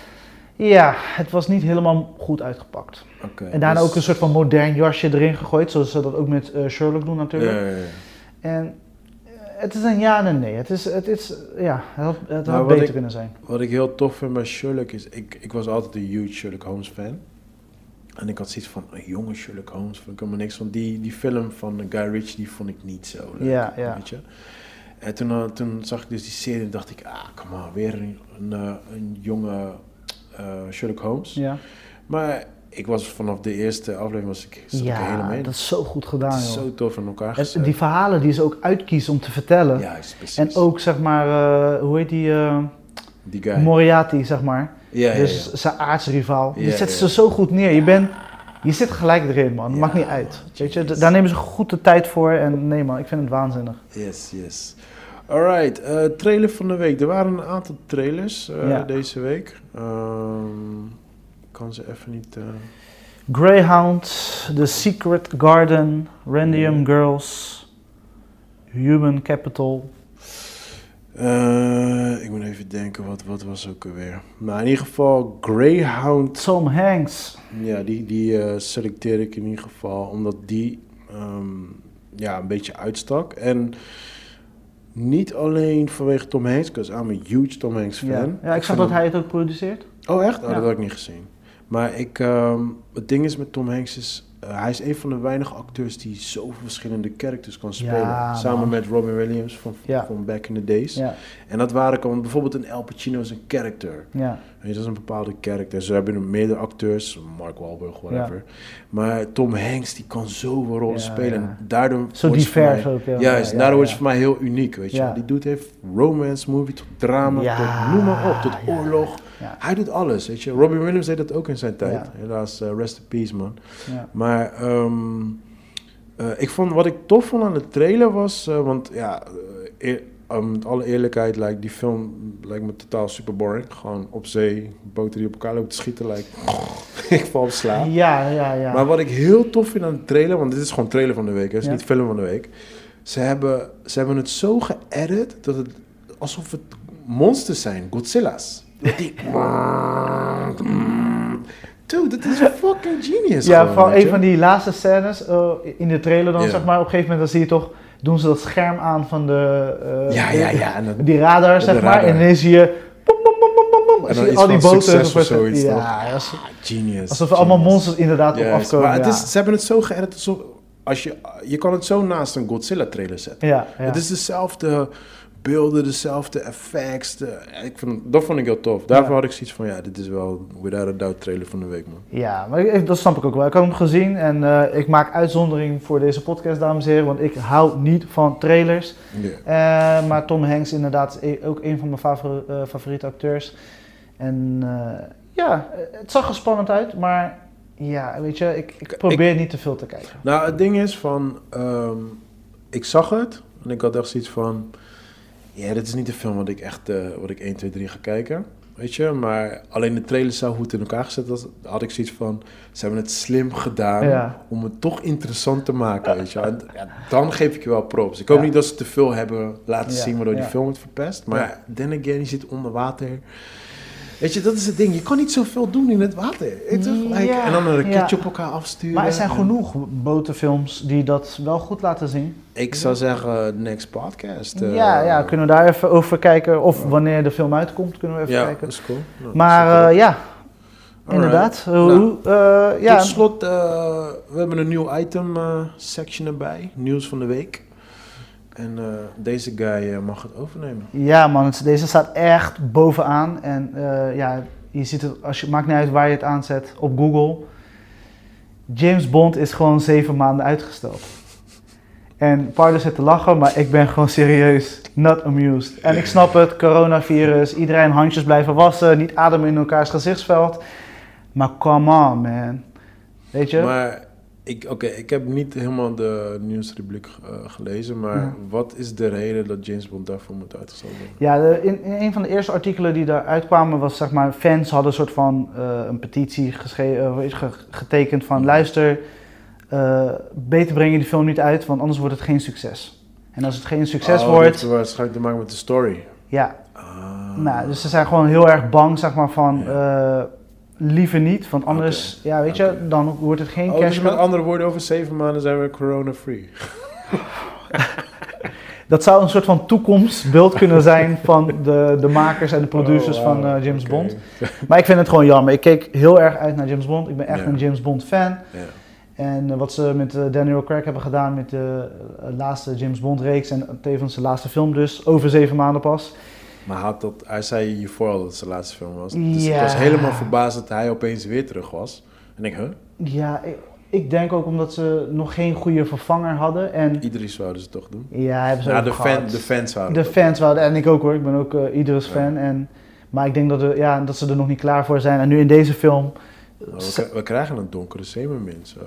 Ja, het was niet helemaal goed uitgepakt. En daarna ook een soort van modern jasje erin gegooid, zoals ze dat ook met Sherlock doen natuurlijk. En het is een ja en een nee. Het had beter kunnen zijn. Wat ik heel tof vind bij Sherlock is, ik was altijd een huge Sherlock Holmes fan. En ik had zoiets van, een jonge Sherlock Holmes, vond ik helemaal niks van. Die film van Guy Ritchie, die vond ik niet zo leuk, weet je. En toen zag ik dus die serie en dacht ik, kom maar, weer een jonge Sherlock Holmes. Ja. Maar ik was vanaf de eerste aflevering zat ik helemaal mee. Dat is zo goed gedaan, het is zo tof in elkaar gezet. Die verhalen die ze ook uitkiezen om te vertellen. Ja, precies. En ook, zeg maar, hoe heet die guy? Moriarty, zeg maar. Zijn aartsrivaal. Die zetten ze zo goed neer. Je zit gelijk erin, man. Dat maakt niet uit. Weet je? Daar nemen ze goed de tijd voor. En nee, man, ik vind het waanzinnig. Yes. Alright, trailer van de week. Er waren een aantal trailers deze week. Ik kan ze even niet... Greyhound, The Secret Garden, Random Girls, Human Capital. Ik moet even denken, wat was ook alweer? Nou, in ieder geval Greyhound. Tom Hanks. Ja, die selecteer ik in ieder geval, omdat die een beetje uitstak. En niet alleen vanwege Tom Hanks, because I'm a huge Tom Hanks fan. Ja, ik zag dat hij het ook produceert. Oh, echt? Dat had ik niet gezien. Maar het ding is met Tom Hanks is, hij is een van de weinige acteurs die zoveel verschillende characters kan spelen. Samen met Robin Williams van back in the days. Ja. En dat waren bijvoorbeeld een Al Pacino is een character. Ja. Dat is een bepaalde character. Ze hebben meerdere acteurs, Mark Wahlberg, whatever. Ja. Maar Tom Hanks die kan zoveel rollen spelen. En daardoor zo divers ook. Daardoor wordt het voor mij heel uniek, weet je. Ja. Die dude heeft romance movie tot drama, tot noem maar op, tot oorlog. Ja. Hij doet alles, weet je. Robin Williams deed dat ook in zijn tijd. Ja. Helaas, rest in peace, man. Ja. Maar wat ik tof vond aan de trailer was, want met alle eerlijkheid, die film lijkt me totaal super boring. Gewoon op zee, boten die op elkaar lopen te schieten, ik val op slaap. Ja. Maar wat ik heel tof vind aan de trailer, want dit is gewoon trailer van de week, het is niet film van de week. Ze hebben het zo geëdit dat het alsof het monsters zijn, Godzilla's. Dude, dat is fucking fucking genius. Ja, gewoon, van weet een je. van die laatste scènes in de trailer dan, Ja. zeg maar. Op een gegeven moment dan zie je toch, doen ze dat scherm aan van de... Ja. En dan, Die radar, zeg maar. radar. En dan zie je... Pom, pom, pom, pom, pom, en zie dan je iets al die van boten. succes of zoiets. Ja, toch? dat is- Genius. alsof er allemaal genius. monsters inderdaad op Juist, afkomen. maar het ja. is, ze hebben het zo geëdit. Als je kan het zo naast een Godzilla trailer zetten. Ja. Het is dezelfde beelden, dezelfde effects. Dat vond ik heel tof. Daarvoor had ik zoiets van, ja, dit is wel without a doubt trailer van de week, man. Ja, maar dat snap ik ook wel. Ik had hem gezien en ik maak uitzondering voor deze podcast, dames en heren, want ik hou niet van trailers. Ja. Maar Tom Hanks inderdaad ook een van mijn favoriete acteurs. En ja, het zag er spannend uit, maar ja, weet je, ik probeer niet te veel te kijken. Nou, het ding is van, ik zag het en ik had echt zoiets van, ja, dit is niet de film wat ik echt, wat ik 1, 2, 3 ga kijken, weet je. Maar alleen de trailer zou goed in elkaar gezet was, had ik zoiets van, ze hebben het slim gedaan om het toch interessant te maken, weet je. En, ja, dan geef ik je wel props. Ik hoop niet dat ze te veel hebben laten zien waardoor die film wordt verpest. Maar then again, je zit onder water. Weet je, dat is het ding. Je kan niet zoveel doen in het water. En dan een raketje op elkaar afsturen. Maar er zijn genoeg botenfilms die dat wel goed laten zien. Ik zou zeggen, next podcast. Ja, kunnen we daar even over kijken. Of wanneer de film uitkomt, kunnen we even kijken. Ja, dat is cool. Nou, maar inderdaad. Tot slot, we hebben een nieuw item section erbij. Nieuws van de week. En deze guy mag het overnemen. Ja man, deze staat echt bovenaan. En je ziet het, maakt niet uit waar je het aanzet, op Google. James Bond is gewoon 7 maanden uitgesteld. En Pardo zit te lachen, maar ik ben gewoon serieus not amused. En ik snap het, coronavirus, iedereen handjes blijven wassen, niet ademen in elkaars gezichtsveld. Maar come on man, weet je? Maar ik heb niet helemaal de nieuwsrubriek gelezen, maar wat is de reden dat James Bond daarvoor moet uitgesteld worden? Ja, in een van de eerste artikelen die daar uitkwamen was, zeg maar, fans hadden een soort van een petitie getekend van luister, beter breng je die film niet uit, want anders wordt het geen succes. En als het geen succes wordt... Dat heeft waarschijnlijk te maken met de story. Ja. Nou, dus ze zijn gewoon heel erg bang, zeg maar, van... liever niet, want anders, dan wordt het geen cash. Dus met andere woorden, over 7 maanden zijn we corona-free. Dat zou een soort van toekomstbeeld kunnen zijn van de makers en de producers van James Bond. Maar ik vind het gewoon jammer. Ik keek heel erg uit naar James Bond. Ik ben echt een James Bond fan. Ja. En wat ze met Daniel Craig hebben gedaan met de laatste James Bond reeks en tevens de laatste film dus, over 7 maanden pas. Maar hij zei hiervoor al dat het zijn laatste film was. Dus ik was helemaal verbaasd dat hij opeens weer terug was. En ik, Ja, ik denk ook omdat ze nog geen goede vervanger hadden. En Idris wouden ze toch doen? Ja, hebben ze ook gehad. De fans wouden. De fans wouden, en ik ook hoor. Ik ben ook Idris fan. Maar ik denk dat ze er nog niet klaar voor zijn. En nu in deze film... We krijgen een donkere Zemermin, zo.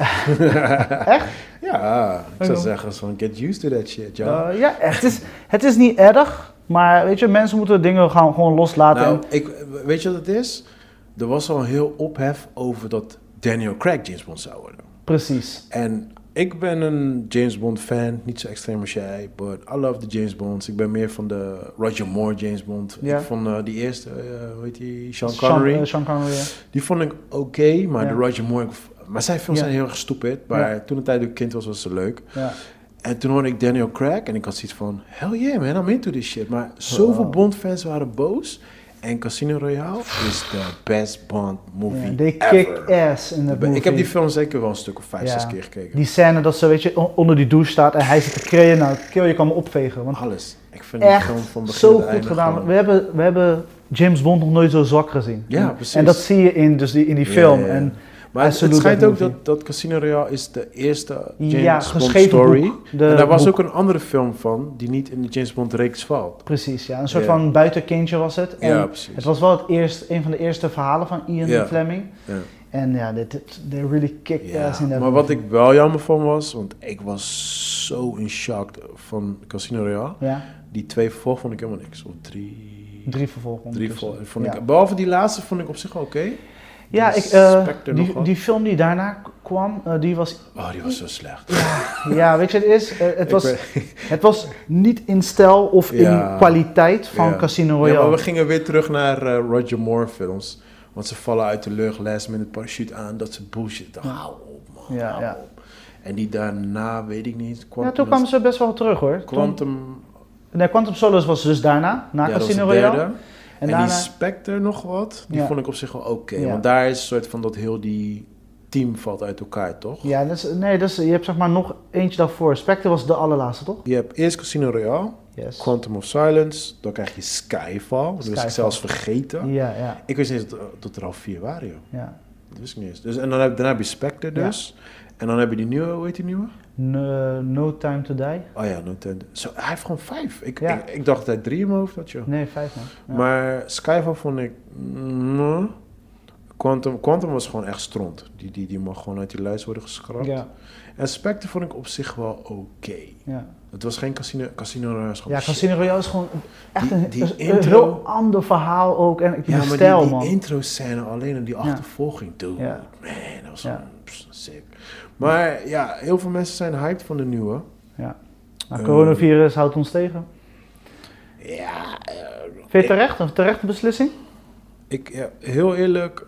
Echt? Ja, ik zou zeggen van get used to that shit, ja. Het is niet erg. Maar weet je, mensen moeten dingen gewoon loslaten. Nou, weet je wat het is? Er was al heel ophef over dat Daniel Craig James Bond zou worden. Precies. En ik ben een James Bond fan, niet zo extreem als jij, but I love the James Bonds. Ik ben meer van de Roger Moore James Bond. Ja. Ik vond die eerste, hoe heet die, Sean Connery. Sean Connery, ja. Die vond ik oké, maar de Roger Moore... Maar zijn films zijn heel erg stupid, maar toen ik kind was ze leuk. Ja. En toen hoorde ik Daniel Craig en ik had zoiets van, hell yeah man, I'm into this shit. Maar zoveel Bond-fans waren boos. En Casino Royale is de best Bond movie they ever. kick ass in dat movie. Ik heb die film zeker wel een stuk of 5, 6 keer gekeken. Die scène dat ze, weet je, onder die douche staat en hij zit te kreeën. Nou, kill, je kan me opvegen. Want alles. Ik vind die film van begin zo tot goed einde gedaan. gewoon. We hebben James Bond nog nooit zo zwak gezien. Ja, precies. En dat zie je in die film. Ja. En maar het schijnt ook dat Casino Royale is de eerste James Bond story. En daar was ook een andere film van, die niet in de James Bond reeks valt. Precies, ja. Een soort van buitenkindje was het. En ja, precies. het was wel een van de eerste verhalen van Ian Fleming. Ja. En ja, they really kicked ass in that Maar movie. wat ik wel jammer van was, want ik was zo in shock van Casino Royale. Ja. Die 2 vervolgen vond ik helemaal niks. Of 3 vervolgen. 3 vervolgen. Behalve die laatste vond ik op zich wel oké. Ja, die film die daarna kwam, die was... Oh, die was zo slecht. Ja, weet je, het was niet in stijl of in kwaliteit van Casino Royale. Ja, maar we gingen weer terug naar Roger Moore films. Want ze vallen uit de lucht, last minute parachute aan, dat ze bullshit. Hou op, man, hou op. En die daarna, weet ik niet. Toen kwamen ze best wel terug, hoor. Quantum Solace was dus daarna, na Casino Royale. En daarna... die Spectre nog wat, die vond ik op zich wel oké. Want daar is een soort van dat heel die team valt uit elkaar, toch? Ja, je hebt zeg maar nog eentje daarvoor. Spectre was de allerlaatste, toch? Je hebt eerst Casino Royale, Quantum of Silence, dan krijg je Skyfall. Dat was ik zelfs vergeten. Ja. Ik wist niet eens dat er al 4 waren, joh. Ja. Dat wist ik niet eens. Dus, en daarna heb je Spectre dus. Ja. En dan heb je die nieuwe, hoe heet die nieuwe? No Time to Die. Oh ja, No Time to Die. Zo, hij heeft gewoon 5. Ik dacht dat hij 3 in mijn hoofd had, joh. Nee, 5 man. Ja. Maar Skyfall vond ik... Quantum was gewoon echt stront. Die mag gewoon uit die lijst worden geschrapt. Ja. En Spectre vond ik op zich wel oké. Ja. Het was geen Casino Royale. Ja, Casino Royale is gewoon echt een heel ander verhaal ook. En die stijl, man. Die intro-scène alleen en die achtervolging, dude. Ja. Man, dat was sick. Maar ja, heel veel mensen zijn hyped van de nieuwe. Ja. Nou, coronavirus houdt ons tegen. Ja. Vind je terecht? Een terechte beslissing? Heel eerlijk...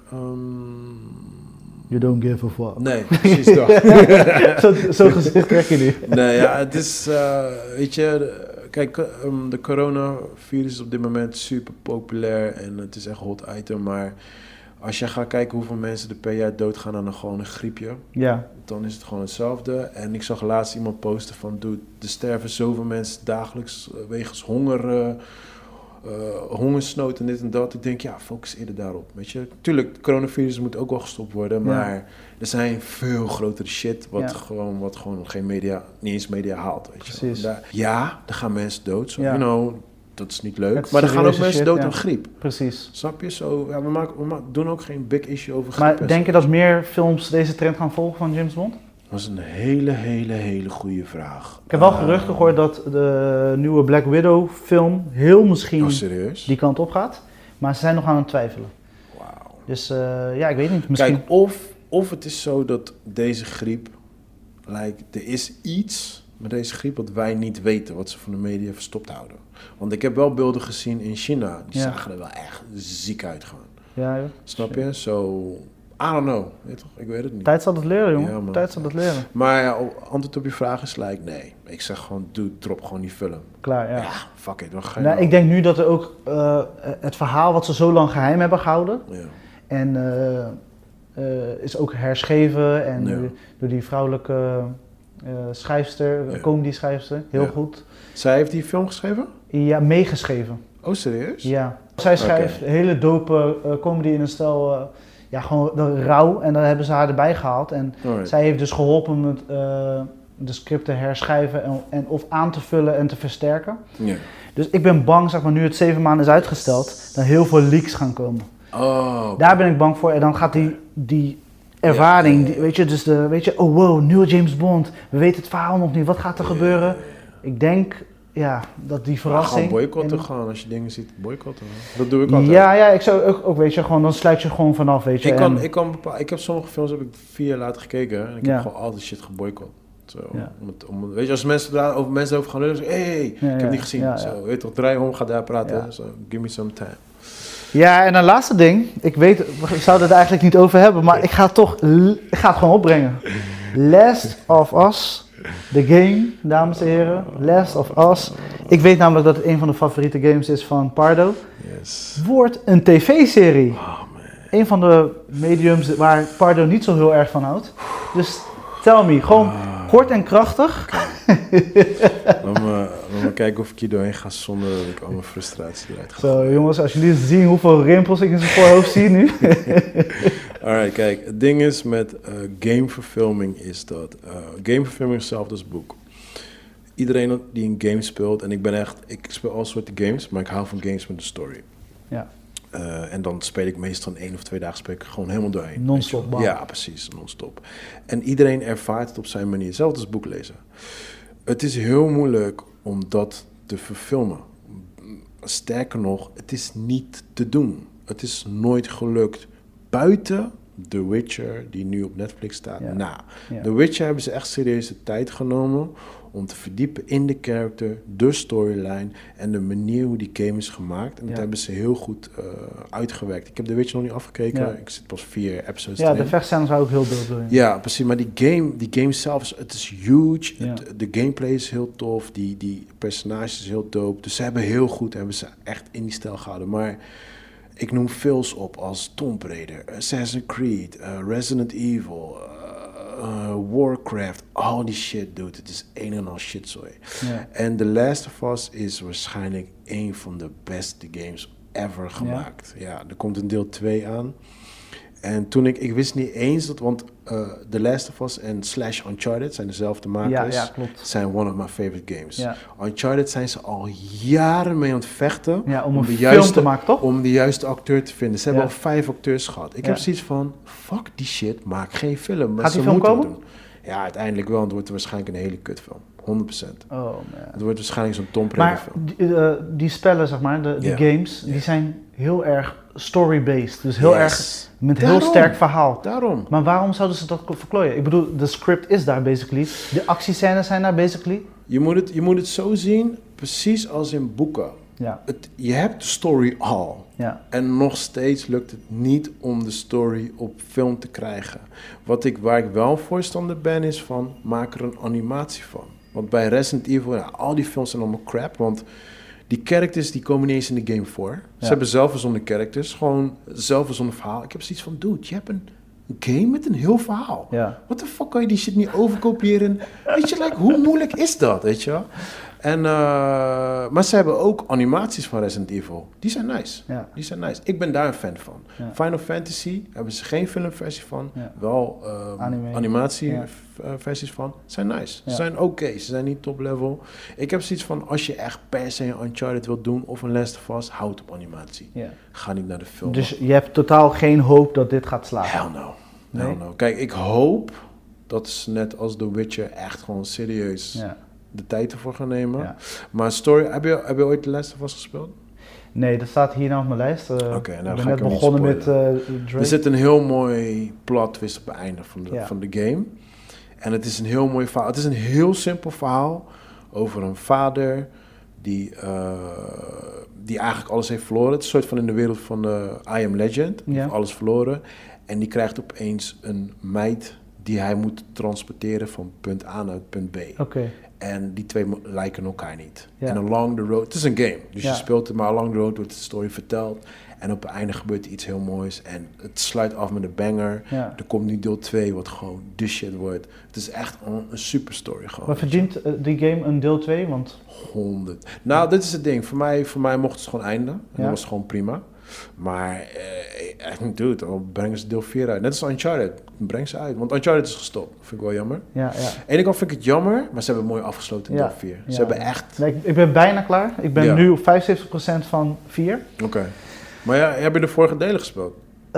You don't give a fuck. Nee, precies dat. Zo gezicht trek je nu. Nee, ja, het is... weet je, kijk, de coronavirus is op dit moment super populair en het is echt hot item, maar als je gaat kijken hoeveel mensen er per jaar doodgaan aan een gewone griepje, dan is het gewoon hetzelfde. En ik zag laatst iemand posten van, dude, er sterven zoveel mensen dagelijks wegens honger... hongersnood en dit en dat. Ik denk, focus eerder daarop. Weet je, tuurlijk, het coronavirus moet ook wel gestopt worden, maar er zijn veel grotere shit wat gewoon geen media, niet eens media haalt. Weet je. Precies. Daar gaan mensen dood. So, you know, dat is niet leuk. Maar er gaan ook mensen dood aan griep. Precies. Snap je? Zo, we doen ook geen big issue over griep. Maar denk je dat meer films deze trend gaan volgen van James Bond? Dat is een hele goede vraag. Ik heb wel geruchten gehoord dat de nieuwe Black Widow film heel misschien die kant op gaat. Maar ze zijn nog aan het twijfelen. Wauw. Dus ik weet niet. Misschien... Kijk, of het is zo dat deze griep... er is iets met deze griep wat wij niet weten. Wat ze van de media verstopt houden. Want ik heb wel beelden gezien in China. Die zagen er wel echt ziek uitgaan. Ja. Snap je? Zo... I don't know, weet toch? Ik weet het niet. Tijd zal het leren, jongen. Ja, tijd zal het leren. Maar antwoord op je vraag is nee. Ik zeg gewoon, drop gewoon die film. Klaar, ja. Ja, fuck it. Wat ga je ik denk nu dat er ook het verhaal wat ze zo lang geheim hebben gehouden. Ja. En is ook herschreven en door die vrouwelijke schrijfster, comedy-schrijfster. Heel goed. Zij heeft die film geschreven? Ja, meegeschreven. Oh, serieus? Ja. Zij schrijft hele dope comedy in een stijl... gewoon rauw. En dan hebben ze haar erbij gehaald. En zij heeft dus geholpen met de script te herschrijven en of aan te vullen en te versterken. Yeah. Dus ik ben bang, zeg maar, nu het 7 maanden is uitgesteld, dat heel veel leaks gaan komen. Oh, daar ben ik bang voor. En dan gaat die ervaring, weet je, oh wow, nieuwe James Bond. We weten het verhaal nog niet. Wat gaat er gebeuren? Ik denk... Ja, dat die verrassing... Gewoon boycotten gaan, als je dingen ziet, boycotten. Dat doe ik altijd. Ja, ik zou ook, weet je, gewoon, dan sluit je gewoon vanaf, weet je. Ik heb sommige films heb ik 4 jaar later gekeken en ik heb gewoon altijd shit geboycott. Zo, weet je, als mensen over gaan lullen, zeggen, hey, ik heb niet gezien. Zo, weet toch, draai om, ga daar praten. So, give me some time. Ja, en een laatste ding. Ik weet, we zouden het eigenlijk niet over hebben, maar ik ga het gewoon opbrengen. Last of Us... De game, dames en heren, Last of Us. Ik weet namelijk dat het een van de favoriete games is van Pardo. Yes. Wordt een tv-serie. Oh, man. Een van de mediums waar Pardo niet zo heel erg van houdt. Dus tell me, gewoon kort en krachtig. Laat me kijken of ik hier doorheen ga zonder dat ik al mijn frustratie eruit ga. Zo jongens, als jullie zien hoeveel rimpels ik in zijn voorhoofd zie nu. Alright, kijk, het ding is met gameverfilming is dat... gameverfilming is hetzelfde als boek. Iedereen die een game speelt, en ik speel al soorten games, maar ik hou van games met een story. Ja. En dan speel ik meestal 1 of 2 dagen gewoon helemaal doorheen. Non-stop. Ja, precies, non-stop. En iedereen ervaart het op zijn manier, hetzelfde als boek lezen. Het is heel moeilijk om dat te verfilmen. Sterker nog, het is niet te doen. Het is nooit gelukt buiten The Witcher, die nu op Netflix staat, Ja. na. Ja. The Witcher hebben ze echt serieus de tijd genomen om te verdiepen in de character, de storyline en de manier hoe die game is gemaakt. En dat Ja. hebben ze heel goed uitgewerkt. Ik heb The Witcher nog niet afgekeken. Ja. Ik zit pas 4 episodes Ja, erin. de vechtscènes zou ook heel dope doen. Ja, precies. Maar die game zelf, het is huge. Ja. De gameplay is heel tof. Die personages is heel dope. Dus ze hebben heel goed, hebben ze echt in die stijl gehouden. Maar ik noem films op als Tomb Raider, Assassin's Creed, Resident Evil, Warcraft. Al die shit, dude. Het is een en al shitzooi. Ja. En The Last of Us is waarschijnlijk een van de beste games ever gemaakt. Ja, er komt een deel 2 aan. En toen ik wist niet eens dat, want The Last of Us en / Uncharted zijn dezelfde makers. Ja, klopt. Zijn one of my favorite games. Ja. Uncharted zijn ze al jaren mee aan het vechten. Ja, om een de film te maken, toch? Om de juiste acteur te vinden. Ze hebben Ja. al 5 acteurs gehad. Ik Ja. heb zoiets van, fuck die shit, maak geen film. Maar Gaat ze die film moeten het komen? doen. Ja, uiteindelijk wel. Het wordt waarschijnlijk een hele kutfilm. 100%. Oh, man. Het wordt waarschijnlijk zo'n Tomb Raider Maar film. die spellen, zeg maar, de Ja. games, die zijn heel erg story-based. Dus heel erg met heel Daarom. sterk verhaal. Daarom. Maar waarom zouden ze dat verklooien? Ik bedoel, de script is daar basically. De actiescènes zijn daar basically. Je moet het zo zien, precies als in boeken. Ja, Je hebt de story al. ja, En nog steeds lukt het niet om de story op film te krijgen. Waar ik wel voorstander ben, is van, maak er een animatie van. Want bij Resident Evil, ja, al die films zijn allemaal crap. Want die characters die komen niet eens in de game voor. Ze Ja. hebben zelf verzonnen characters, gewoon zelf verzonnen verhaal. Ik heb zoiets van, dude, je hebt een game met een heel verhaal. ja. What the fuck, kan je die shit niet overkopiëren? Weet je, like, hoe moeilijk is dat, weet je wel? En, maar ze hebben ook animaties van Resident Evil. Die zijn nice. Ja. Die zijn nice. Ik ben daar een fan van. Ja. Final Fantasy hebben ze geen filmversie van. Ja. Wel Anime. animatieversies van. Zijn nice. Ja. Ze zijn oké. Ze zijn niet top level. Ik heb zoiets van, als je echt per se een Uncharted wilt doen of een Last of Us, houd op animatie. Ja. Ga niet naar de film. Dus je hebt totaal geen hoop dat dit gaat slagen. Hell no. Nee? Hell no. Kijk, ik hoop dat ze net als The Witcher echt gewoon serieus Ja. de tijd ervoor gaan nemen. Ja. Maar story, heb je ooit The Last of Us gespeeld? Nee, dat staat hier nou op mijn lijst. Oké, nou ik ga ben ik net hem niet begonnen met spoilen. Drake. Er zit een heel mooi plot twist op het einde Ja. van de game. En het is een heel mooi verhaal. Het is een heel simpel verhaal over een vader die eigenlijk alles heeft verloren. Het is een soort van in de wereld van I Am Legend. Die Ja. heeft alles verloren. En die krijgt opeens een meid die hij moet transporteren van punt A naar punt B. Oké, En die twee lijken elkaar niet. Ja. En along the road, het is een game, dus Ja. je speelt het, maar along the road wordt de story verteld. En op het einde gebeurt er iets heel moois. En het sluit af met een banger. ja. Er komt nu deel 2, wat gewoon de shit wordt. Het is echt een super story gewoon. Maar verdient die game een deel 2? Want 100. Nou, dit is het ding. Voor mij mocht het gewoon eindigen. En Ja. dat was gewoon prima. Maar, dude, dan brengen ze deel 4 uit. Net als Uncharted. Breng ze uit. Want Uncharted is gestopt. Vind ik wel jammer. ja, ja. Aan de ene kant vind ik het jammer, maar ze hebben mooi afgesloten in Ja. deel 4. Ze Ja. hebben echt... Nee, ik ben bijna klaar. Ik ben Ja. nu op 75% van 4. Oké. Maar ja, heb je de vorige delen gespeeld?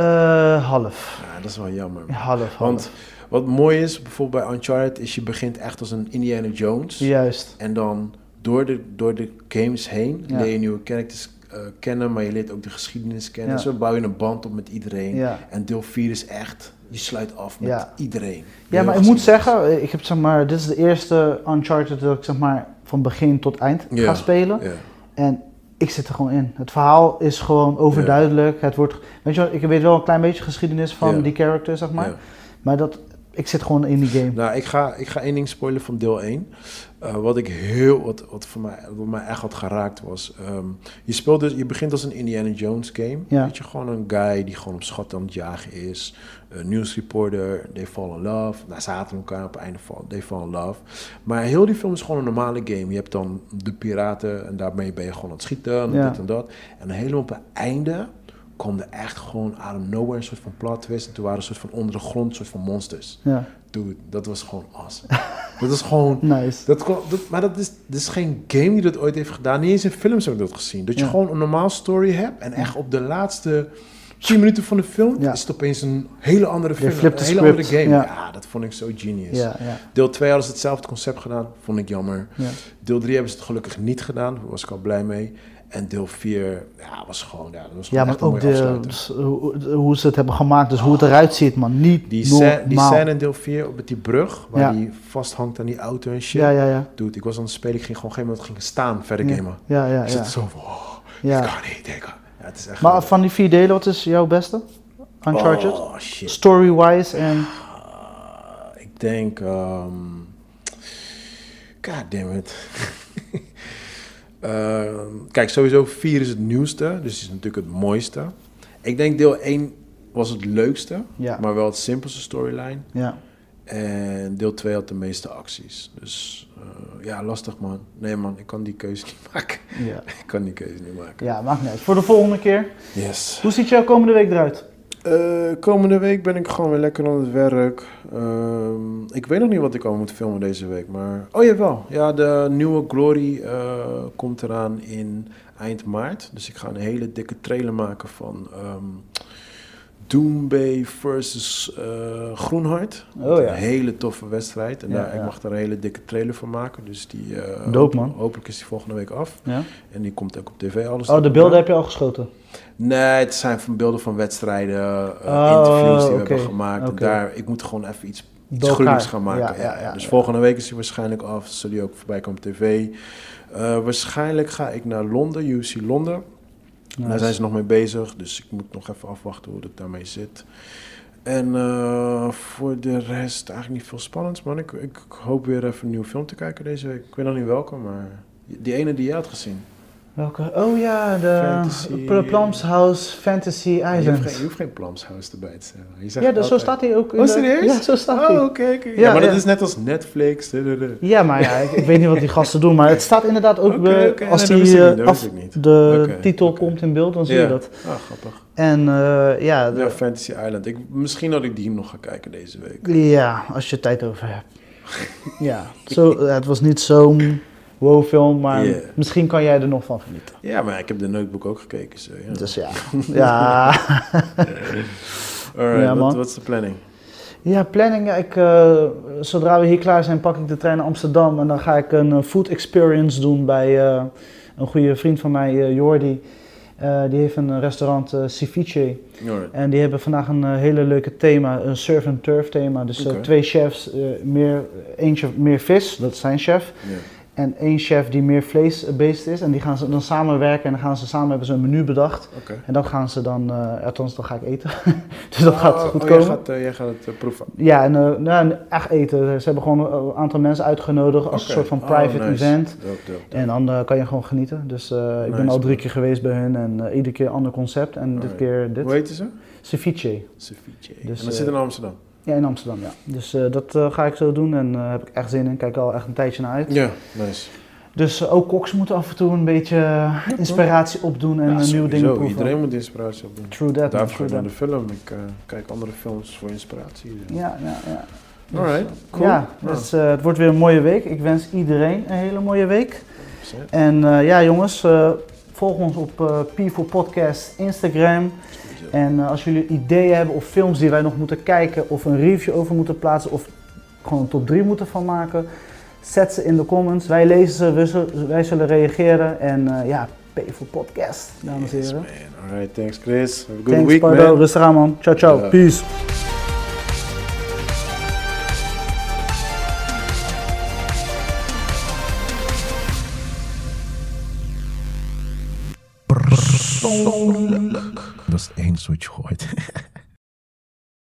Half. Ja, dat is wel jammer. Ja, half. Want wat mooi is, bijvoorbeeld bij Uncharted, is je begint echt als een Indiana Jones. Juist. En dan door de games heen Ja. leer je nieuwe characters kennen, maar je leert ook de geschiedenis kennen. Ja. Zo bouw je een band op met iedereen. Ja. En deel 4 is echt, je sluit af met Ja. iedereen. Ja, maar ik Heel moet zeggen, ik heb zeg maar, dit is de eerste Uncharted dat ik zeg maar van begin tot eind Ja. ga spelen. Ja. En ik zit er gewoon in. Het verhaal is gewoon overduidelijk. Het wordt, weet je wel, ik weet wel een klein beetje geschiedenis van Ja. die character, zeg maar. Ja. Maar ik zit gewoon in die game. Nou, ik ga één ding spoilen van deel 1. Wat voor mij echt had geraakt was. Je begint als een Indiana Jones game. Ja. Weet je, gewoon een guy die gewoon op schat aan het jagen is. Een nieuwsreporter, they fall in love. Nou, ze haten elkaar op het einde van, they fall in love. Maar heel die film is gewoon een normale game. Je hebt dan de piraten en daarmee ben je gewoon aan het schieten en Ja. dit en dat. En helemaal op het einde kwam er echt gewoon out of nowhere een soort van plot twist. En toen waren een soort van onder de grond, een soort van monsters. Ja, Dude, dat was gewoon awesome. Dat is gewoon... nice. Maar dat is geen game die dat ooit heeft gedaan. Niet eens in films heb ik dat gezien. Dat je Ja. gewoon een normaal story hebt. En echt op de laatste 10 minuten van de film Ja. is het opeens een hele andere film. flipt Een de hele andere script, game. ja. Ja, dat vond ik zo genius. Ja, ja, Deel 2 hadden ze hetzelfde concept gedaan. Vond ik jammer. ja. Deel 3 hebben ze het gelukkig niet gedaan. Daar was ik al blij mee. En deel 4, was gewoon, dat was Ja, gewoon maar echt een ook mooie afsluiter. hoe ze het hebben gemaakt, dus hoe het eruit ziet, man. Niet Die normaal. scène in deel 4 met die brug, waar die vasthangt aan die auto en shit. Ja. Dude, ik was aan het spelen, ik ging gewoon op een gegeven moment staan, verder gamen. Ja. Ik zit zo van, ik kan niet, ik. Ja, het is echt Maar van die 4 delen, wat is jouw beste? Uncharted? Oh, shit. Story-wise en... Ik denk, god damn it. Kijk, sowieso 4 is het nieuwste, dus is natuurlijk het mooiste. Ik denk deel 1 was het leukste, maar wel het simpelste storyline. Ja. En deel 2 had de meeste acties. Dus lastig man. Nee man, ik kan die keuze niet maken. Ja. Ik kan die keuze niet maken. Ja, maakt niet uit. Voor de volgende keer. Yes. Hoe ziet jouw komende week eruit? Komende week ben ik gewoon weer lekker aan het werk. Ik weet nog niet wat ik al moet filmen deze week, maar... Oh jawel, ja, de nieuwe Glory komt eraan in eind maart. Dus ik ga een hele dikke trailer maken van Doombay versus Groenhart. Oh ja. Een hele toffe wedstrijd. En ik mag daar een hele dikke trailer van maken. Dus die dope, man. Hopelijk is die volgende week af. Ja. En die komt ook op tv. Alles de beelden heb je al geschoten? Nee, het zijn van beelden van wedstrijden, interviews die we hebben gemaakt. Okay. En daar, ik moet gewoon even iets gruwelijks gaan maken. Dus volgende week is hij waarschijnlijk af. Zal die ook voorbij komen op tv. Waarschijnlijk ga ik naar Londen, UFC Londen. Nice. Daar zijn ze nog mee bezig, dus ik moet nog even afwachten hoe het daarmee zit. En voor de rest eigenlijk niet veel spannends, man. Ik hoop weer even een nieuwe film te kijken deze week. Ik weet nog niet welke, maar die ene die jij had gezien. Welke? Oh ja, de Plums House Fantasy Island. Je hoeft geen Plums House erbij te zeggen. Ja, zo staat hij ook. Serieus? Ja, zo staat hij. Oh, oké. Ja, maar dat is net als Netflix. Ja, maar ik weet niet wat die gasten doen, maar het staat inderdaad ook als de titel komt in beeld, dan zie je dat. Ah, grappig. En Fantasy Island. Misschien dat ik die nog ga kijken deze week. Ja, als je tijd over hebt. Ja, het was niet zo'n wow-film, maar misschien kan jij er nog van genieten. Ja, maar ik heb de Notebook ook gekeken. So, Dus ja. Alright, wat is de planning? Ja, planning. Zodra we hier klaar zijn, pak ik de trein naar Amsterdam en dan ga ik een food experience doen bij een goede vriend van mij, Jordi. Die heeft een restaurant, Ceviche. En die hebben vandaag een hele leuke thema, een surf and turf thema. Dus 2 chefs, eentje meer vis, dat is zijn chef. En 1 chef die meer vlees-based is. En die gaan ze dan samenwerken en dan gaan ze samen, hebben ze een menu bedacht. En dan gaan ze dan, althans dan ga ik eten. Dus dat gaat goed komen. Jij gaat het proeven? Ja, en echt eten. Ze hebben gewoon een aantal mensen uitgenodigd als een soort van private event. Dope. En dan kan je gewoon genieten. Dus ik ben al 3 keer geweest bij hun en iedere keer een ander concept. En dit keer dit. Hoe heet ze? Ceviche. Dus, en dat zit in Amsterdam? Ja, in Amsterdam, ja. Dus dat ga ik zo doen en daar heb ik echt zin in. Kijk al echt een tijdje naar uit. Ja, nice. Dus ook koks moeten af en toe een beetje inspiratie opdoen en nieuwe dingen proeven. Iedereen moet inspiratie opdoen. True that. Daarvoor naar de film. Ik kijk andere films voor inspiratie. Ja. Dus, alright, cool. Ja, dus, het wordt weer een mooie week. Ik wens iedereen een hele mooie week. 100%. En jongens, volg ons op P4 Podcast Instagram. En als jullie ideeën hebben of films die wij nog moeten kijken of een review over moeten plaatsen of gewoon een top 3 moeten van maken, zet ze in de comments. Wij lezen ze, wij zullen reageren en P4 Podcast, dames en heren. Man. Alright, thanks Chris. Have a good thanks, week, Pardo. man. Rustig aan, man. Ciao. Peace. Dat is het enige wat je gooit.